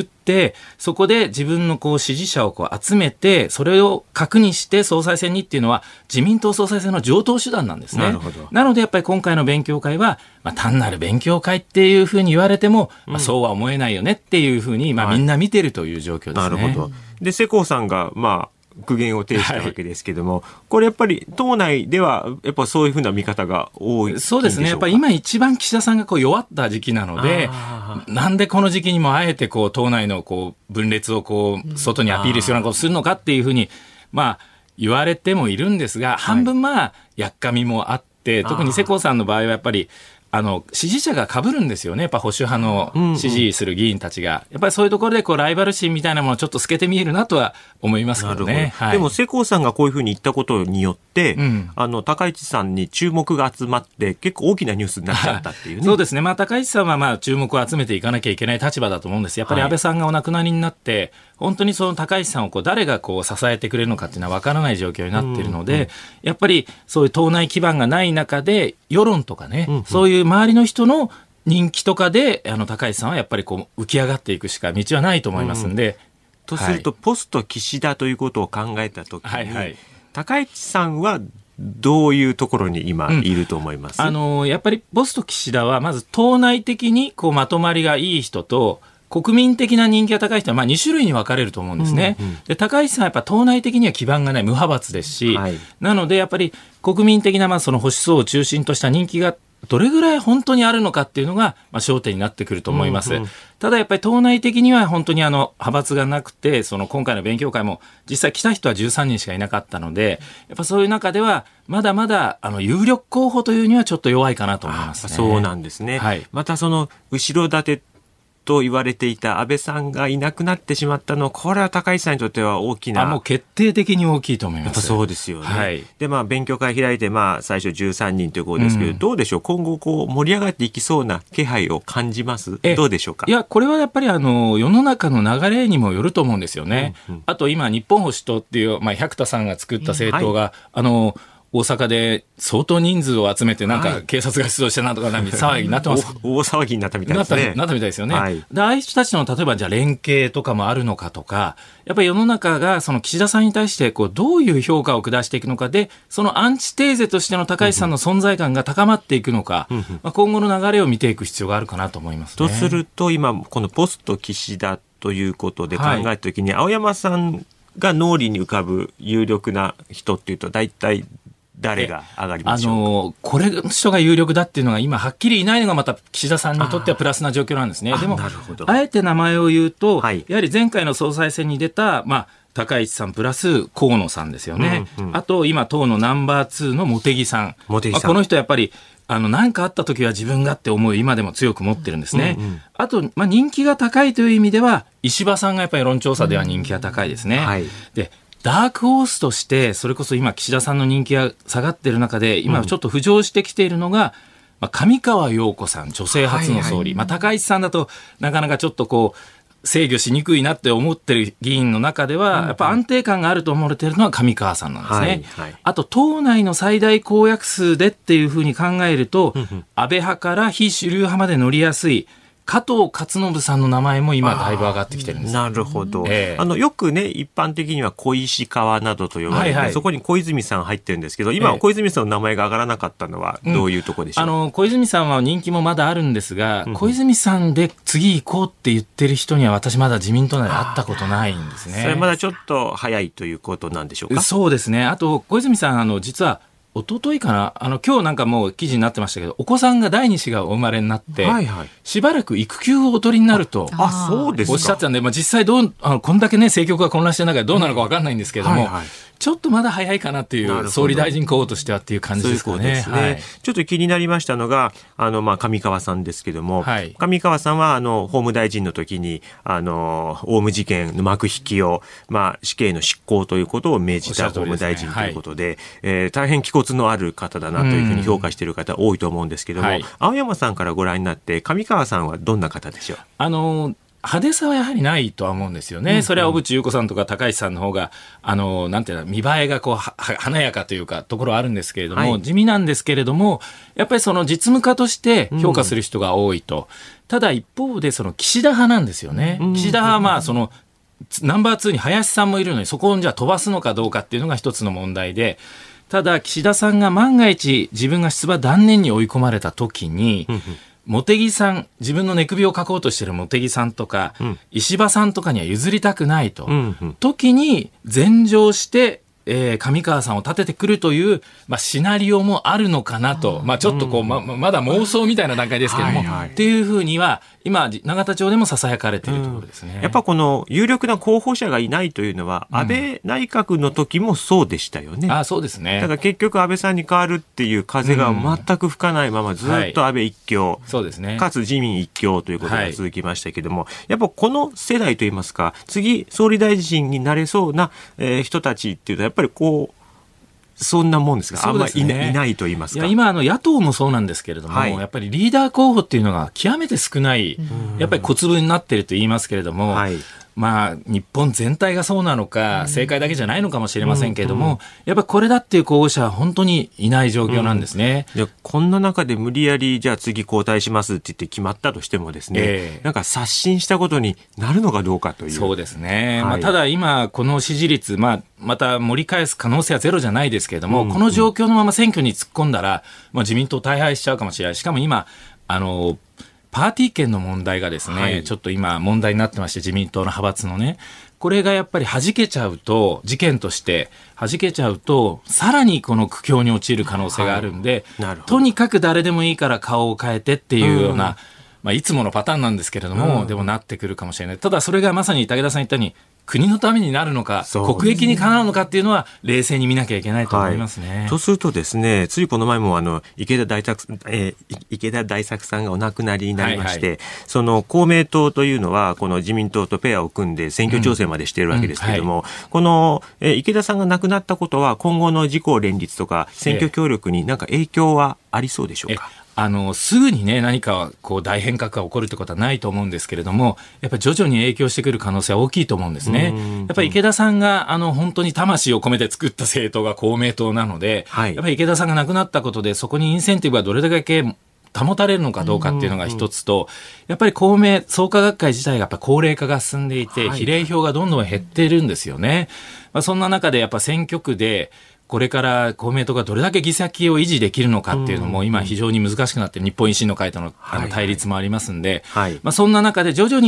そこで自分の支持者を集めて、それを核にして総裁選にっていうのは自民党総裁選の常套手段なんですね。なのでやっぱり今回の勉強会は、単なる勉強会っていうふうに言われても、そうは思えないよねっていうふうに、みんな見てるという状況ですね。 なるほど。で、世耕さんが苦言を呈したわけですけども、これやっぱり党内ではやっぱそういうふうな見方が多いんでしょうか。 そうですね。やっぱり今一番岸田さんが弱った時期なので、なんでこの時期にもあえて党内の分裂を外にアピールするようなことをするのかっていうふうに言われてもいるんですが、半分やっかみもあって、特に世耕さんの場合はやっぱり支持者が被るんですよね。やっぱ保守派の支持する議員たちが。やっぱりそういうところでライバル心みたいなものをちょっと透けて見えるなとは思いますけどね。 でも世耕さんがこういうふうに言ったことによって、高市さんに注目が集まって結構大きなニュースになっちゃったっていうね。 そうですね。高市さんは注目を集めていかなきゃいけない立場だと思うんです。やっぱり安倍さんがお亡くなりになって、本当にその高市さんを誰が支えてくれるのかっていうのは分からない状況になっているので、やっぱりそういう党内基盤がない中で世論とかね、そういう周りの人の人気とかで高市さんはやっぱり浮き上がっていくしか道はないと思いますんで、 とすると、ポスト岸田ということを考えたときに、高市さんはどういうところに今いると思います？ やっぱりポスト岸田はまず党内的にまとまりがいい人と国民的な人気が高い人は2種類に分かれると思うんですね。で、高市さんはやっぱ党内的には基盤がない無派閥ですし、なのでやっぱり国民的なその保守層を中心とした人気がどれぐらい本当にあるのかっていうのが焦点になってくると思います。ただやっぱり党内的には本当に派閥がなくて、今回の勉強会も実際来た人は13人しかいなかったので、やっぱそういう中ではまだまだ有力候補というにはちょっと弱いかなと思いますね。 そうなんですね。また後ろ盾と言われていた安倍さんがいなくなってしまったの、これは高市さんにとっては大きな。 もう決定的に大きいと思います。 やっぱそうですよね。で、勉強会開いて、最初13人ということですけど、どうでしょう、今後盛り上がっていきそうな気配を感じます？どうでしょうか？ いや、これはやっぱり世の中の流れにもよると思うんですよね。あと今、日本保守党っていう、百田さんが作った政党が、大阪で相当人数を集めて警察が出動してなんとか騒ぎになってます。 大騒ぎになったみたいですね。 なったみたいですよね。で、ああいう人たちの例えばじゃあ連携とかもあるのかとか、やっぱり世の中が岸田さんに対してどういう評価を下していくのかで、そのアンチテーゼとしての高市さんの存在感が高まっていくのか、今後の流れを見ていく必要があるかなと思いますね。 とすると今このポスト岸田ということで考えたときに、青山さんが脳裏に浮かぶ有力な人っていうと大体誰が上がりましょうか？ これの人が有力だっていうのが今はっきりいないのがまた岸田さんにとってはプラスな状況なんですね。でもあえて名前を言うと、やはり前回の総裁選に出た、 高市さんプラス河野さんですよね、あと今党のナンバー2の茂木さん、この人やっぱり何かあった時は自分がって思い今でも強く持ってるんですね、あと、人気が高いという意味では石破さんがやっぱり世論調査では人気が高いですね、でダークホースとしてそれこそ今岸田さんの人気が下がっている中で今ちょっと浮上してきているのが、上川陽子さん、女性初の総理、高市さんだとなかなかちょっと制御しにくいなって思ってる議員の中では、やっぱ安定感があると思われているのは上川さんなんですね、あと党内の最大公約数でっていうふうに考えると、安倍派から非主流派まで乗りやすい加藤勝信さんの名前も今だいぶ上がってきてるんです。 なるほど、よくね一般的には小石川などと呼ばれて、そこに小泉さん入ってるんですけど、今、小泉さんの名前が上がらなかったのはどういうところでしょう。 小泉さんは人気もまだあるんですが、小泉さんで次行こうって言ってる人には私まだ自民党内で会ったことないんですね。 それまだちょっと早いということなんでしょうか。 そうですね。あと小泉さん実は一昨日かな、今日なんかもう記事になってましたけど、お子さんが第2子がお生まれになって、しばらく育休をお取りになるとそうですかおっしゃってたんで、実際こんだけね政局が混乱してる中でどうなのか分かんないんですけれども、ちょっとまだ早いかなっていう総理大臣候補としてはっていう感じですかね。 ちょっと気になりましたのが上川さんですけども、上川さんは法務大臣の時にオウム事件の幕引きを、死刑の執行ということを命じた法務大臣ということで、大変気骨のある方だなというふうに評価している方多いと思うんですけども、青山さんからご覧になって上川さんはどんな方でしょう。 派手さはやはりないとは思うんですよね、それは小渕優子さんとか高市さんの方がなんていうの見栄えが華やかというかところはあるんですけれども、地味なんですけれどもやっぱりその実務家として評価する人が多いと、ただ一方でその岸田派なんですよね、岸田派はそのナンバー2に林さんもいるのにそこをじゃあ飛ばすのかどうかっていうのが一つの問題で、ただ岸田さんが万が一自分が出馬断念に追い込まれた時に、茂木さん、自分の寝首をかこうとしている茂木さんとか、石破さんとかには譲りたくないと、時に前乗して上川さんを立ててくるという、シナリオもあるのかなと、ちょっとまだ妄想みたいな段階ですけれども、っていうふうには今永田町でも囁かれているところですね。 やっぱこの有力な候補者がいないというのは、安倍内閣の時もそうでしたよね。 そうですね。 ただ結局安倍さんに変わるっていう風が全く吹かないままずっと安倍一強、 そうですね、 かつ自民一強ということが続きましたけども、やっぱこの世代といいますか次総理大臣になれそうな、人たちっていうとやっぱりそんなもんですが、あんまりいないと言いますか。 今野党もそうなんですけれども、やっぱりリーダー候補っていうのが極めて少ない、やっぱり小粒になっていると言いますけれども、日本全体がそうなのか、政界だけじゃないのかもしれませんけれども、やっぱりこれだっていう候補者は本当にいない状況なんですね。 でこんな中で無理やりじゃあ次交代しますって言って決まったとしてもですね、なんか刷新したことになるのかどうかという。 そうですね。ただ今この支持率、また盛り返す可能性はゼロじゃないですけれども、この状況のまま選挙に突っ込んだら、自民党大敗しちゃうかもしれない。しかも今パーティー券の問題がですね、ちょっと今問題になってまして、自民党の派閥のね、これがやっぱり弾けちゃうと、事件として弾けちゃうと、さらにこの苦境に陥る可能性があるんで、とにかく誰でもいいから顔を変えてっていうような、いつものパターンなんですけれども、でもなってくるかもしれない。ただそれがまさに武田さん言ったように、国のためになるのか、国益にかなうのかっていうのは冷静に見なきゃいけないと思いますね。 とするとですね、ついこの前も池田大作さんがお亡くなりになりまして、その公明党というのはこの自民党とペアを組んで選挙調整までしているわけですけれども、この池田さんが亡くなったことは今後の自公連立とか選挙協力に何か影響はありそうでしょうか。 すぐにね何か大変革が起こるってことはないと思うんですけれども、やっぱり徐々に影響してくる可能性は大きいと思うんですね。やっぱり池田さんが本当に魂を込めて作った政党が公明党なので、やっぱり池田さんが亡くなったことでそこにインセンティブがどれだけ保たれるのかどうかっていうのが一つと、やっぱり公明創価学会自体がやっぱ高齢化が進んでいて、比例票がどんどん減っているんですよね。そんな中でやっぱ選挙区でこれから公明党がどれだけ議席を維持できるのかっていうのも今非常に難しくなって、日本維新の会との対立もありますんで、そんな中で徐々に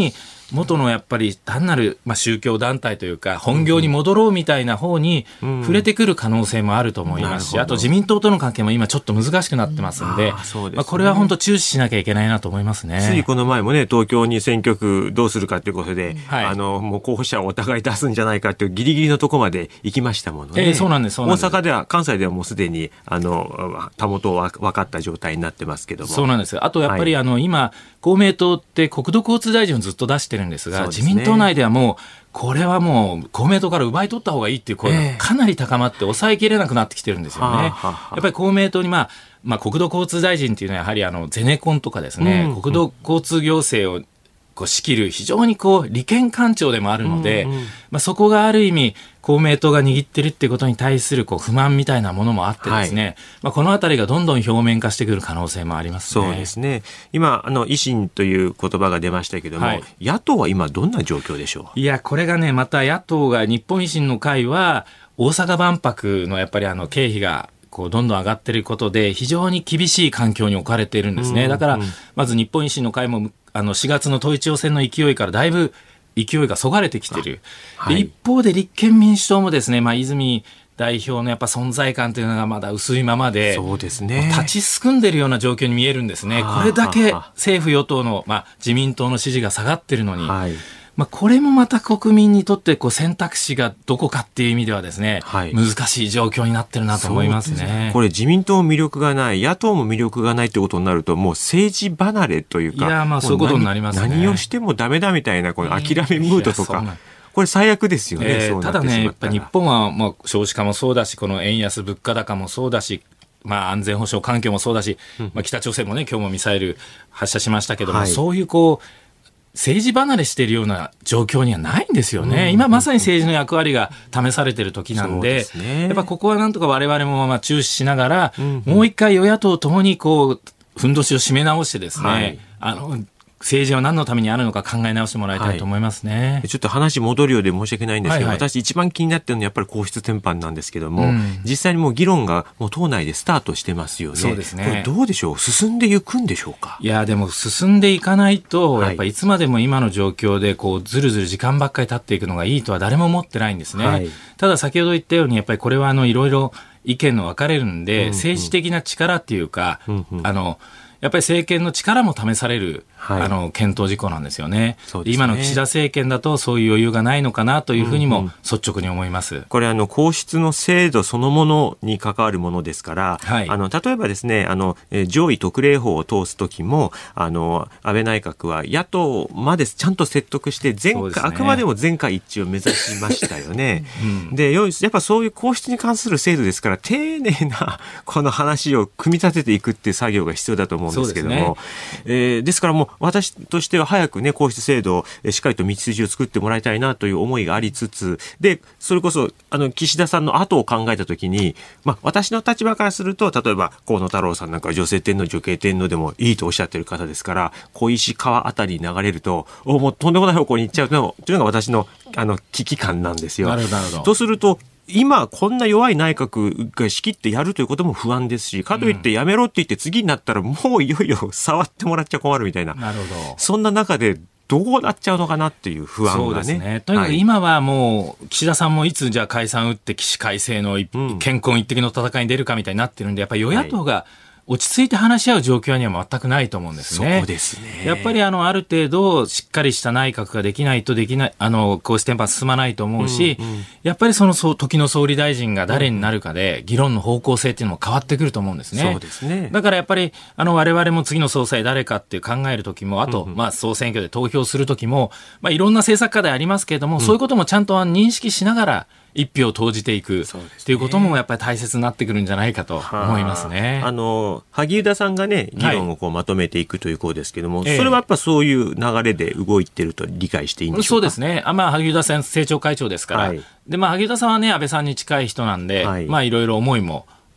元のやっぱり単なる、宗教団体というか本業に戻ろうみたいな方に触れてくる可能性もあると思いますし、あと自民党との関係も今ちょっちょっと難しくなってますんで、これは本当注視しなきゃいけないなと思いますね。 ついこの前もね、東京に選挙区どうするかということで、もう候補者をお互い出すんじゃないかというギリギリのところまで行きましたものね。 そうなんです。 大阪では、関西ではもうすでにたもとは分かった状態になってますけども。 そうなんです。あとやっぱり、今公明党って国土交通大臣をずっと出してるんですが、自民党内ではもうこれはもう公明党から奪い取った方がいいっていう声がかなり高まって抑えきれなくなってきてるんですよね。やっぱり公明党に国土交通大臣っていうのはやはりゼネコンとかですね、国土交通行政を仕切る非常に利権官庁でもあるので、そこがある意味公明党が握ってるっていうことに対する不満みたいなものもあってですね、このあたりがどんどん表面化してくる可能性もありますね。 そうですね。今維新という言葉が出ましたけども、野党は今どんな状況でしょう。 いや、これがね、また野党が日本維新の会は大阪万博のやっぱり経費がどんどん上がっていることで非常に厳しい環境に置かれているんですね。だからまず日本維新の会も4月の統一地方選の勢いからだいぶ勢いがそがれてきている。一方で立憲民主党もですね、泉代表のやっぱ存在感というのがまだ薄いままで、 そうですね、 立ちすくんでいるような状況に見えるんですね。これだけ政府与党の、自民党の支持が下がっているのに、これもまた国民にとって選択肢がどこかっていう意味ではですね、難しい状況になってるなと思いますね。 これ自民党も魅力がない、野党も魅力がないってことになると、もう政治離れというか、 いや、そういうことになりますね。 何をしてもダメだみたいな諦めムードとか、これ最悪ですよね。 ただね、やっぱ日本は少子化もそうだし、この円安物価高もそうだし、安全保障環境もそうだし、北朝鮮もね、今日もミサイル発射しましたけども、そういう政治離れしているような状況にはないんですよね。今まさに政治の役割が試されている時なんで、やっぱここはなんとか我々も注視しながら、もう一回与野党ともにふんどしを締め直してですね、政治は何のためにあるのか考え直してもらいたいと思いますね。 ちょっと話戻るようで申し訳ないんですけど、私一番気になってるのはやっぱり皇室典範なんですけども、実際にもう議論がもう党内でスタートしてますよね。 そうですね。 これどうでしょう、進んでいくんでしょうか。 いや、でも進んでいかないと、やっぱりいつまでも今の状況でずるずる時間ばっかり経っていくのがいいとは誰も思ってないんですね。ただ先ほど言ったように、やっぱりこれはいろいろ意見の分かれるんで、政治的な力っていうか、やっぱり政権の力も試される、検討事項なんですよね。今の岸田政権だとそういう余裕がないのかなというふうにも率直に思います。 これ皇室の制度そのものに関わるものですから、例えばですね、上位特例法を通すときも安倍内閣は野党までちゃんと説得してあくまでも全会一致を目指しましたよね。で、やっぱそういう皇室に関する制度ですから、丁寧なこの話を組み立てていくっていう作業が必要だと思うんですけども、ですからもう私としては早くね、皇室制度をしっかりと道筋を作ってもらいたいなという思いがありつつ、でそれこそ岸田さんの後を考えたときに、私の立場からすると、例えば河野太郎さんなんか女性天皇女系天皇でもいいとおっしゃってる方ですから、小石川あたりに流れるともうとんでもない方向に行っちゃうというのが私の危機感なんですよ。とすると今こんな弱い内閣が仕切ってやるということも不安ですし、かといってやめろって言って次になったらもういよいよ触ってもらっちゃ困るみたいな、そんな中でどうなっちゃうのかなっていう不安がね。 そうですね。とにかく今はもう岸田さんもいつじゃあ解散打って起死回生の健康一滴の戦いに出るかみたいになってるんで、やっぱり与野党が落ち着いて話し合う状況には全くないと思うんですね。 そうですね。 やっぱりある程度しっかりした内閣ができないと皇室典範進まないと思うし、やっぱりその時の総理大臣が誰になるかで議論の方向性っていうのも変わってくると思うんですね。 そうですね。 だからやっぱり我々も次の総裁誰かって考える時も、あと総選挙で投票する時も、いろんな政策課題ありますけれども、そういうこともちゃんと認識しながら一票を投じていくということもやっぱり大切になってくるんじゃないかと思いますね。 萩生田さんがね、議論をまとめていくということですけども、それはやっぱそういう流れで動いてると理解していいんでしょうか。 そうですね。萩生田さん政調会長ですから、で萩生田さんはね、安倍さんに近い人なんで、いろいろ思いも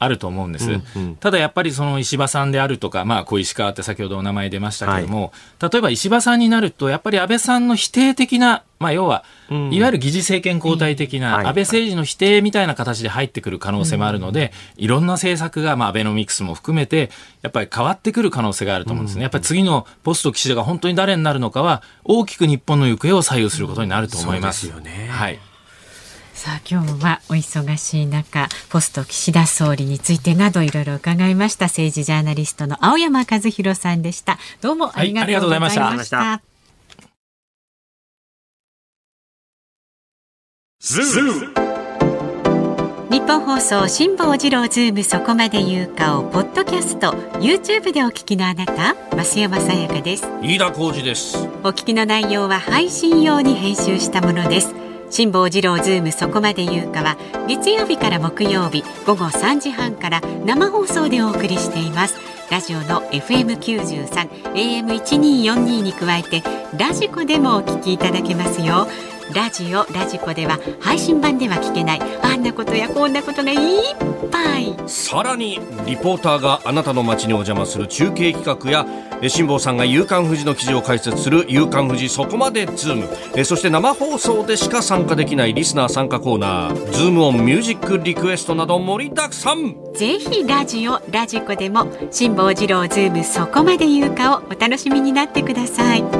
あると思うんです、ただやっぱりその石破さんであるとか、小石川って先ほどお名前出ましたけども、例えば石破さんになるとやっぱり安倍さんの否定的な、要はいわゆる疑似政権交代的な安倍政治の否定みたいな形で入ってくる可能性もあるので、いろんな政策が、アベノミクスも含めてやっぱり変わってくる可能性があると思うんですね。やっぱり次のポスト岸田が本当に誰になるのかは大きく日本の行方を左右することになると思います。 そうですよね。 はい。 さあ今日はお忙しい中、ポスト岸田総理についてなどいろいろ伺いました。政治ジャーナリストの青山和弘さんでした。どうもありがとうございました。日本放送辛坊治郎ズームそこまで言うかをポッドキャスト YouTube でお聞きのあなた、増山さやかです。 飯田浩司です。 お聞きの内容は配信用に編集したものです。辛坊治郎ズームそこまで言うかは月曜日から木曜日午後3時半から生放送でお送りしています。ラジオの FM93 AM1242 に加えてラジコでもお聞きいただけますよ。ラジコでは配信版では聞けないあんなことやこんなことがいっぱい。 さらにリポーターがあなたの街にお邪魔する中継企画や辛坊さんが夕刊フジの記事を解説する夕刊フジそこまでズーム、そして生放送でしか参加できないリスナー参加コーナーズームオンミュージックリクエストなど盛りだくさん。 ぜひラジコでも辛坊治郎ズームそこまで言うかをお楽しみになってください。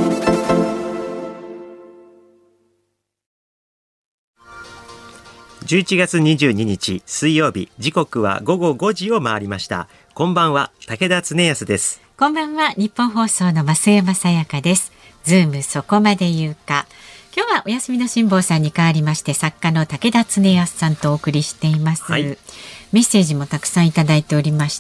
11月22日水曜日、時刻は午後5時を回りました。こんばんは、武田恒康です。 こんばんは、日本放送の増山さやかです。ズームそこまで言うか。今日はお休みの辛坊さんに代わりまして作家の武田恒康さんとお送りしています、はい、メッセージもたくさんいただいておりまして、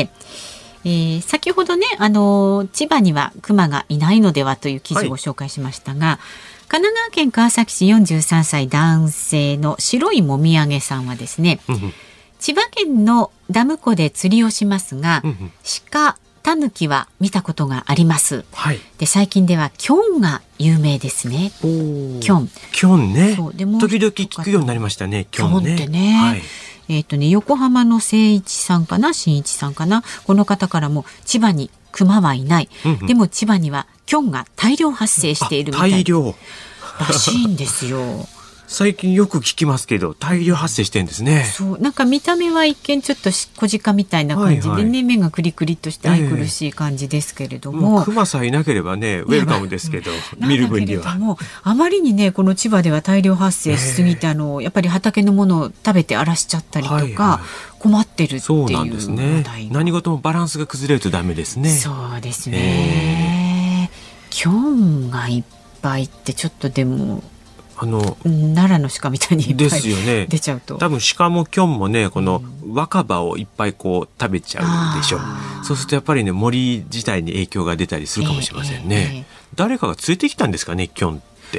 先ほどね、千葉には熊がいないのではという記事をご紹介しましたが、神奈川県川崎市43歳男性の白いもみあげさんはですね、千葉県のダム湖で釣りをしますが、鹿、タヌキは見たことがあります、で最近ではキョンが有名ですね。キョンね、でも時々聞くようになりましたね。キョンってね、 横浜の新一さんかな、この方からも千葉に熊はいない、でも千葉にはキョンが大量発生しているみたい大量らしいんですよ。 最近よく聞きますけど大量発生してるんですね。 そう、なんか見た目は一見ちょっと小鹿みたいな感じでね、目がクリクリっとして愛くるしい感じですけれども、 熊さえいなければねウェルカムですけど、見る分にはあまりにねこの千葉では大量発生しすぎて、やっぱり畑のものを食べて荒らしちゃったりとか、困ってるっていうそうなんですね。何事もバランスが崩れるとダメですね。 そうですね、キョンがいっぱいってちょっとでも奈良の鹿みたいにいっぱいですよね。 出ちゃうと、 多分鹿もキョンもねこの若葉をいっぱいこう食べちゃうでしょう。そうするとやっぱりね森自体に影響が出たりするかもしれませんね。誰かが連れてきたんですかね、キョンって。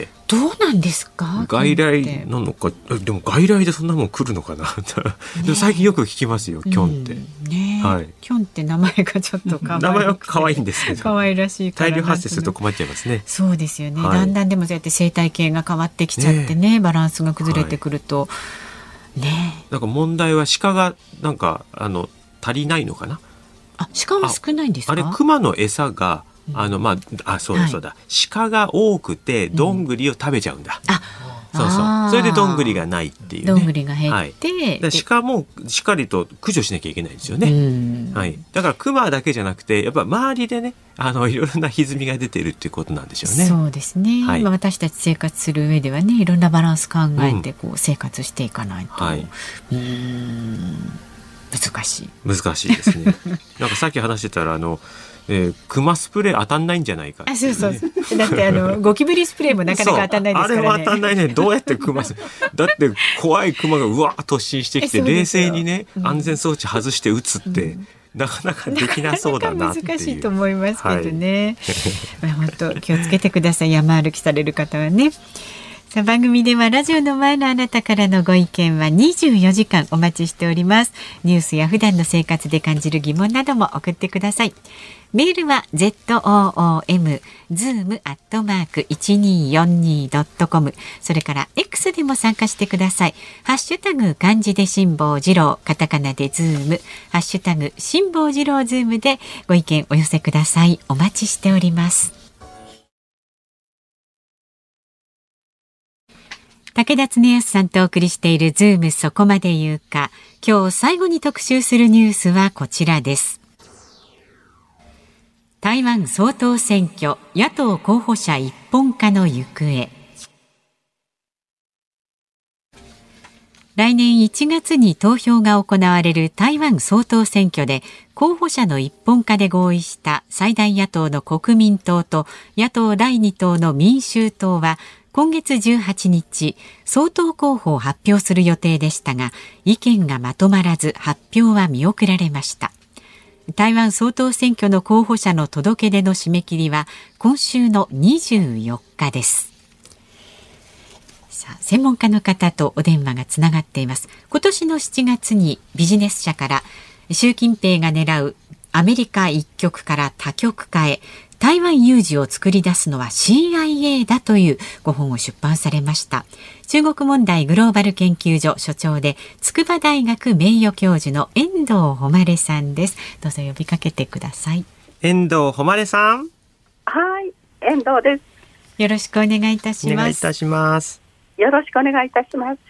どうなんですか。 外来なのか。でも外来でそんなもん来るのかなでも最近よく聞きますよ、キョンって、 キョンって名前がちょっと可愛い名前は可愛いんですけど可愛らしいから大量発生すると困っちゃいますね。 そうですよね、だんだんでもそうやって生態系が変わってきちゃってね、バランスが崩れてくると、 なんか問題は鹿がなんか足りないのかな。 鹿は少ないんですか。 あれ熊の餌がそうだ、鹿が多くてどんぐりを食べちゃうんだ、それでどんぐりがないっていうね。 どんぐりが減って、 鹿もしっかりと駆除しなきゃいけないんですよね、だから熊だけじゃなくてやっぱ周りでねいろいろな歪みが出ているっていうことなんでしょうね。 そうですね、私たち生活する上ではねいろんなバランス考えてこう生活していかないと、難しいですねなんかさっき話してたら熊スプレー当たんないんじゃないかっていうね。 そうだってゴキブリスプレーもなかなか当たんないですからね。 あれは当たんないね。どうやってだって怖い熊がうわー突進してきて冷静にね、安全装置外して撃つって、なかなかできなそうだなっていう。 難しいと思いますけどね、本当気をつけてください、山歩きされる方はね。 さあ、番組ではラジオの前のあなたからのご意見は24時間お待ちしております。ニュースや普段の生活で感じる疑問なども送ってください。メールは zoom@1242.com、 それから X でも参加してください。ハッシュタグ漢字で辛坊治郎、カタカナでズーム、ハッシュタグ辛坊治郎ズームでご意見お寄せください。お待ちしております。武田恒康さんとお送りしているズームそこまで言うか。今日最後に特集するニュースはこちらです。台湾総統選挙、野党候補者一本化の行方。来年1月に投票が行われる台湾総統選挙で候補者の一本化で合意した最大野党の国民党と野党第2党の民衆党は今月18日、総統候補を発表する予定でしたが、意見がまとまらず発表は見送られました。台湾総統選挙の候補者の届け出の締め切りは今週の24日です。さあ、専門家の方とお電話がつながっています。今年の7月にビジネス社から習近平が狙うアメリカ一極から多極化へ、台湾有事を作り出すのは CIA だというご本を出版されました。中国問題グローバル研究所所長で筑波大学名誉教授の遠藤誉さんです。どうぞ呼びかけてください。 遠藤誉さん。 はい、遠藤です。 よろしくお願いいたします。 お願いいたします。 よろしくお願いいたします。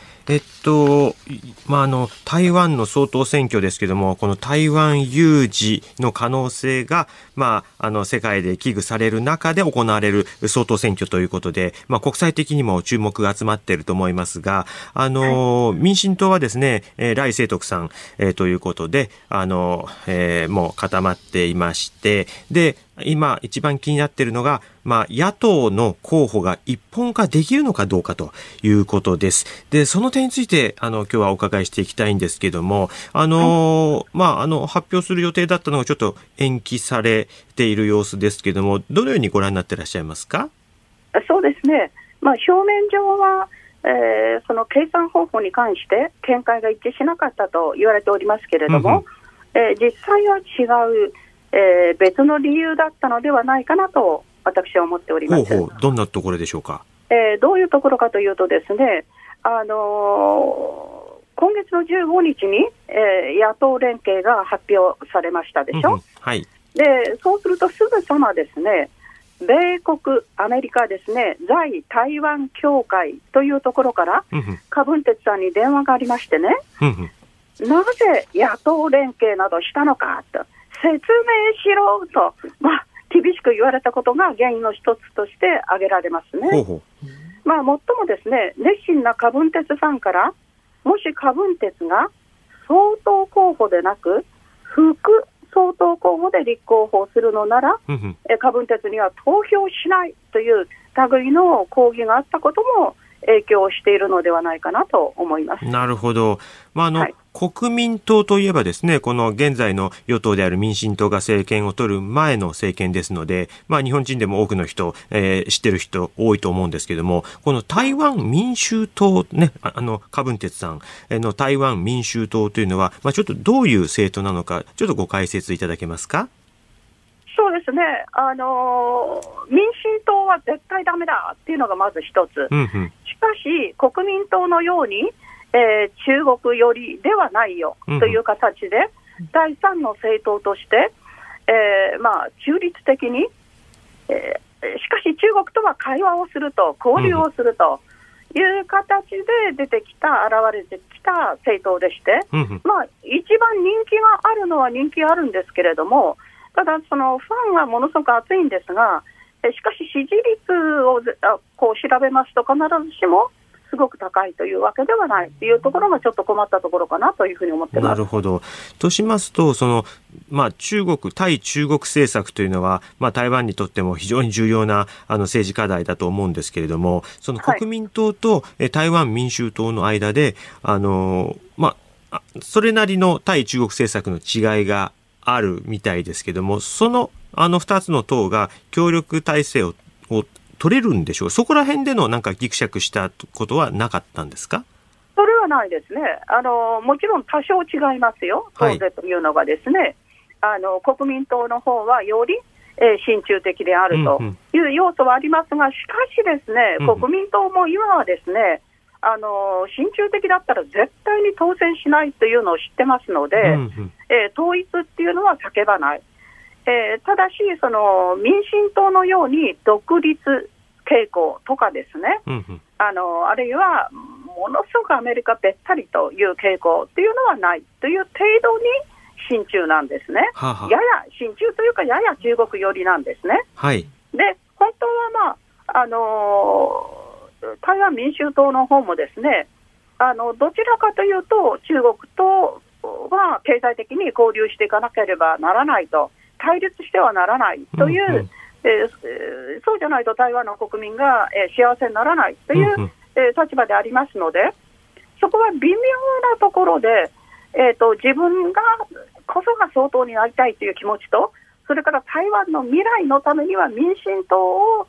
台湾の総統選挙ですけども、この台湾有事の可能性が、世界で危惧される中で行われる総統選挙ということで、国際的にも注目が集まっていると思いますが、民進党はですね、頼清徳さん、ということで、もう固まっていまして、で、今一番気になっているのが、野党の候補が一本化できるのかどうかということです。で、その点について今日はお伺いしていきたいんですけども、発表する予定だったのがちょっと延期されている様子ですけども、どのようにご覧になっていらっしゃいますか？ そうですね。表面上は、その計算方法に関して見解が一致しなかったと言われておりますけれども、実際は違う別の理由だったのではないかなと私は思っております。 どんなところでしょうか？ どういうところかというとですね、今月の15日に、野党連携が発表されましたでしょ、 はい。 で、そうするとすぐさまですね、米国、アメリカですね、在台湾協会というところから柯文哲さんに電話がありましてね、なぜ野党連携などしたのかと説明しろと、厳しく言われたことが原因の一つとして挙げられますね。もっともですね、熱心な柯文哲ファンから、もし柯文哲が総統候補でなく副総統候補で立候補するのなら、柯文哲には投票しないという類の抗議があったことも影響しているのではないかなと思います。 なるほど。国民党といえばですね、この現在の与党である民進党が政権を取る前の政権ですので、日本人でも多くの人、知ってる人多いと思うんですけども、この台湾民衆党ね、柯文哲さんの台湾民衆党というのは、ちょっとどういう政党なのか、ちょっとご解説いただけますか？ そうですね、民進党は絶対ダメだっていうのがまず一つ、しかし国民党のように、中国寄りではないよという形で、第三の政党として、中立的に、しかし中国とは会話をすると、交流をするという形で出てきた、現れてきた政党でして、一番人気があるのは人気があるんですけれども、ただそのファンはものすごく熱いんですが、しかし支持率を調べますと必ずしもすごく高いというわけではないというところがちょっと困ったところかなというふうに思っています。 なるほど。としますと、対中国政策というのは、台湾にとっても非常に重要な政治課題だと思うんですけれども、その国民党と台湾民衆党の間で、それなりの対中国政策の違いがあるみたいですけども、その2つの党が協力体制を取れるんでしょう。そこら辺でのなんかギクシャクしたことはなかったんですか？ それはないですね。もちろん多少違いますよ、党勢というのがですね、国民党の方はより、親中的であるという要素はありますが、しかしですね、国民党も今はですね、親中的だったら絶対に当選しないというのを知ってますので、統一っていうのは叫ばない。ただし、その民進党のように独立傾向とかですね、あるいはものすごくアメリカべったりという傾向というのはないという程度に親中なんですね。やや親中というか、やや中国寄りなんですね。で、本当は台湾民衆党の方もですね、どちらかというと中国とは経済的に交流していかなければならないと、対立してはならないという、そうじゃないと台湾の国民が、幸せにならないという、立場でありますので、そこは微妙なところで、自分がこそが総統になりたいという気持ちと、それから台湾の未来のためには民進党を、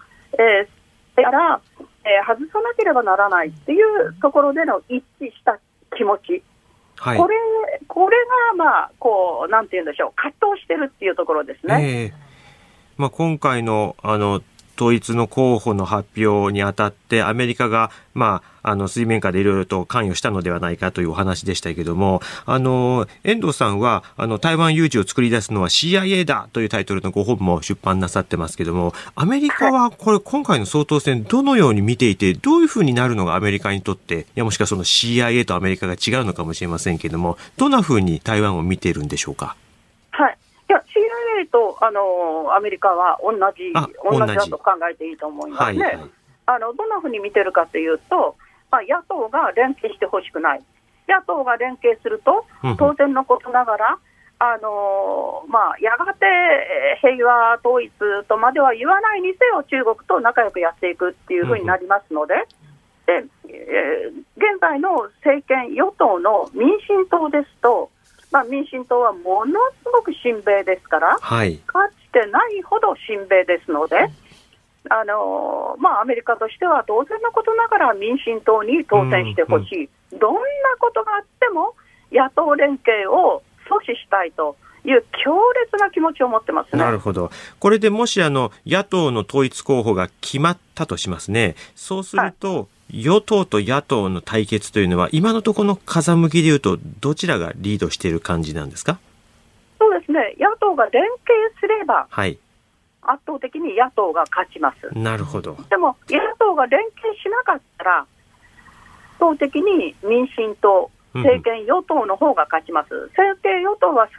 外さなければならないというところでの一致した気持ち、これがこうなんていうんでしょう、葛藤してるっていうところですね。 今回の統一の候補の発表にあたってアメリカが、水面下でいろいろと関与したのではないかというお話でしたけども、遠藤さんは台湾有事を作り出すのは CIA だというタイトルのご本も出版なさってますけども、アメリカはこれ今回の総統選どのように見ていて、どういうふうになるのがアメリカにとって、いやもしくはその CIA とアメリカが違うのかもしれませんけども、どんなふうに台湾を見ているんでしょうか？ CIA とアメリカは同じだと考えていいと思いますね。どんなふうに見てるかというと、野党が連携してほしくない。野党が連携すると、当然のことながら、やがて平和統一とまでは言わないにせよ、中国と仲良くやっていくっていうふうになりますので、現在の政権与党の民進党ですと、民進党はものすごく親米ですから、かつてないほど親米ですので、アメリカとしては当然のことながら民進党に当選してほしい、どんなことがあっても野党連携を阻止したいという強烈な気持ちを持ってますね。 なるほど。これでもし野党の統一候補が決まったとしますね。そうすると、与党と野党の対決というのは今のところの風向きでいうとどちらがリードしている感じなんですか？ そうですね、野党が連携すれば、圧倒的に野党が勝ちます。 なるほど。 でも野党が連携しなかったら圧倒的に民進党、政権与党の方が勝ちます。政権与党は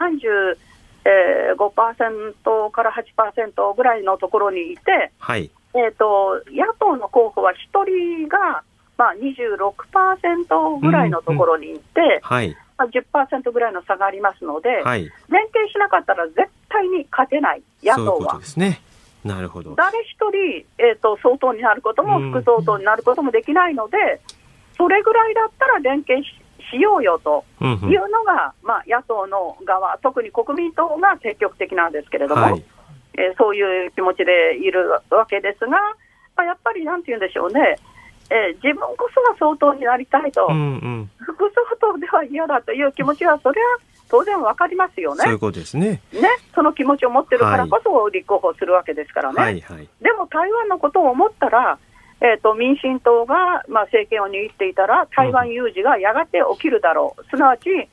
35% から 8% ぐらいのところにいて、野党の候補は1人が、26% ぐらいのところにいて、10% ぐらいの差がありますので、連携しなかったら絶対に勝てない、野党は。 そういうことですね。なるほど。 誰一人、総統になることも副総統になることもできないので、それぐらいだったら連携しようよというのが、野党の側、特に国民党が積極的なんですけれども、そういう気持ちでいるわけですが、やっぱりなんて言うんでしょうね、自分こそが総統になりたいと、副総統では嫌だという気持ちは、それは当然わかりますよね。 そういうことですね。 その気持ちを持ってるからこそ立候補するわけですからね。でも台湾のことを思ったら、民進党が、政権を握っていたら台湾有事がやがて起きるだろう。すなわち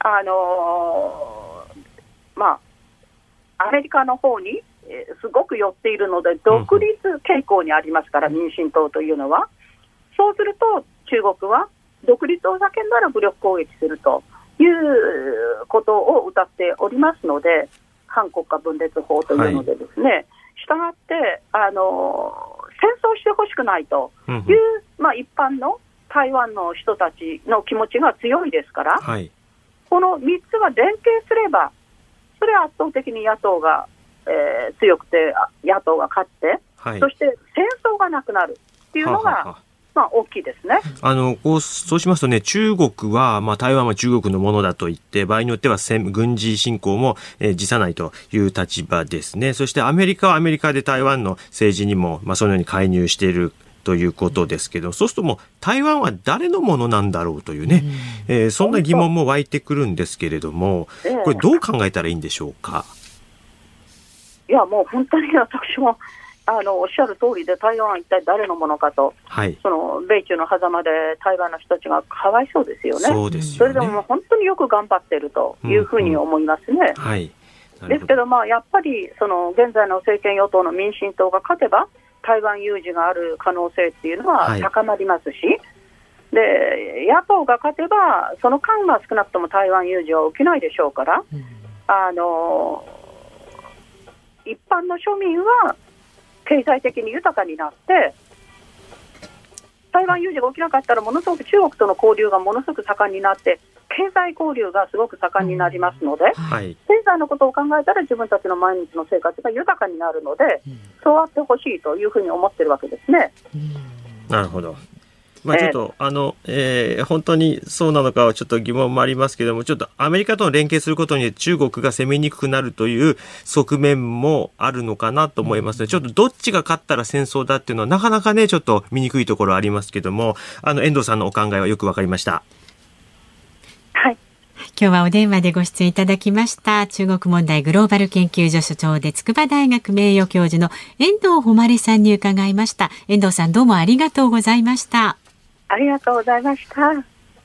アメリカの方にすごく寄っているので、独立傾向にありますから、民進党というのは。そうすると中国は独立を叫んだら武力攻撃するということを謳っておりますので、反国家分裂法というのでですね、したがって戦争してほしくないという、一般の台湾の人たちの気持ちが強いですから、この3つが連携すれば、それは圧倒的に野党が、強くて野党が勝って、そして戦争がなくなるっていうのが大きいですね。 そうしますとね、中国は、台湾は中国のものだと言って、場合によっては軍事侵攻も、辞さないという立場ですね。そしてアメリカはアメリカで台湾の政治にも、そのように介入しているということですけど、そうするともう台湾は誰のものなんだろうというね、そんな疑問も湧いてくるんですけれども、これどう考えたらいいんでしょうか。 いや、もう本当に私もおっしゃる通りで、台湾は一体誰のものかと、その米中の狭間で台湾の人たちがかわいそうですよね。 そうですよね。 それでも本当によく頑張っているというふうに思いますね。ですけど、やっぱりその現在の政権与党の民進党が勝てば台湾有事がある可能性っていうのは高まりますし、で野党が勝てばその間は少なくとも台湾有事は起きないでしょうから、一般の庶民は経済的に豊かになって、台湾有事が起きなかったらものすごく中国との交流がものすごく盛んになって、経済交流がすごく盛んになりますので、経済のことを考えたら自分たちの毎日の生活が豊かになるので、そうあってほしいというふうに思ってるわけですね。 なるほど。ちょっと本当にそうなのかはちょっと疑問もありますけども、ちょっとアメリカとの連携することによって中国が攻めにくくなるという側面もあるのかなと思いますね。ちょっとどっちが勝ったら戦争だっていうのはなかなかね、ちょっと見にくいところありますけども、遠藤さんのお考えはよくわかりました。 はい。今日はお電話でご出演いただきました中国問題グローバル研究所所長で筑波大学名誉教授の遠藤誉さんに伺いました。遠藤さん、どうもありがとうございました。 ありがとうございました。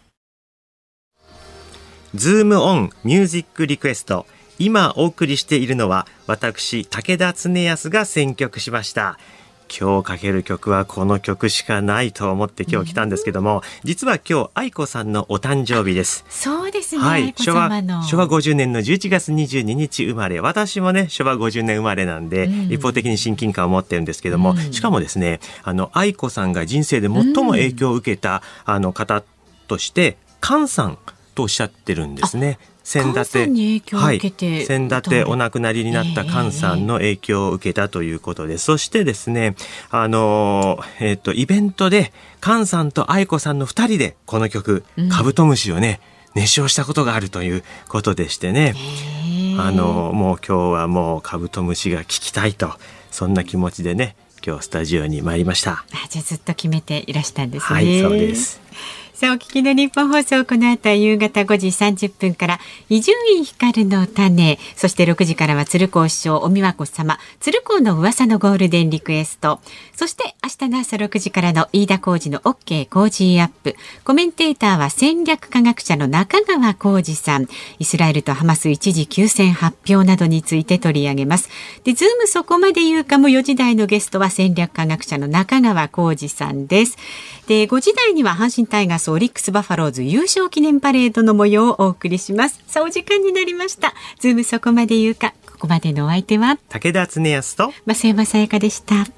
ズームオンミュージックリクエスト。今お送りしているのは私武田恒康が選曲しました。今日かける曲はこの曲しかないと思って今日来たんですけども、実は今日愛子さんのお誕生日です。 そうですね、 昭和50年の11月22日生まれ。私もね昭和50年生まれなんで、一方的に親近感を持ってるんですけども、しかもですね愛子さんが人生で最も影響を受けた方として菅さんとおっしゃってるんですね。先立てお亡くなりになった菅さんの影響を受けたということで、そしてですねイベントで菅さんと愛子さんの2人でこの曲、カブトムシをね熱唱したことがあるということでしてね、もう今日はもうカブトムシが聴きたいと、そんな気持ちでね今日スタジオに参りました。 じゃあずっと決めていらしたんですね。 はい、そうです。 さあ、お聞きの日本放送、この後は夕方5時30分から伊集院光の種、そして6時からは鶴光師匠お美和子様鶴光の噂のゴールデンリクエスト、そして明日の朝6時からの飯田浩司の OK 工事アップ、コメンテーターは戦略科学者の中川浩司さん、イスラエルとハマス一時休戦発表などについて取り上げます。でズームそこまで言うかも4時台のゲストは戦略科学者の中川浩司さんです。で5時台には阪神タイガースオリックスバファローズ優勝記念パレードの模様をお送りします。さあ、お時間になりました。ズームそこまで言うか、ここまでのお相手は武田恒康と増山さやかでした。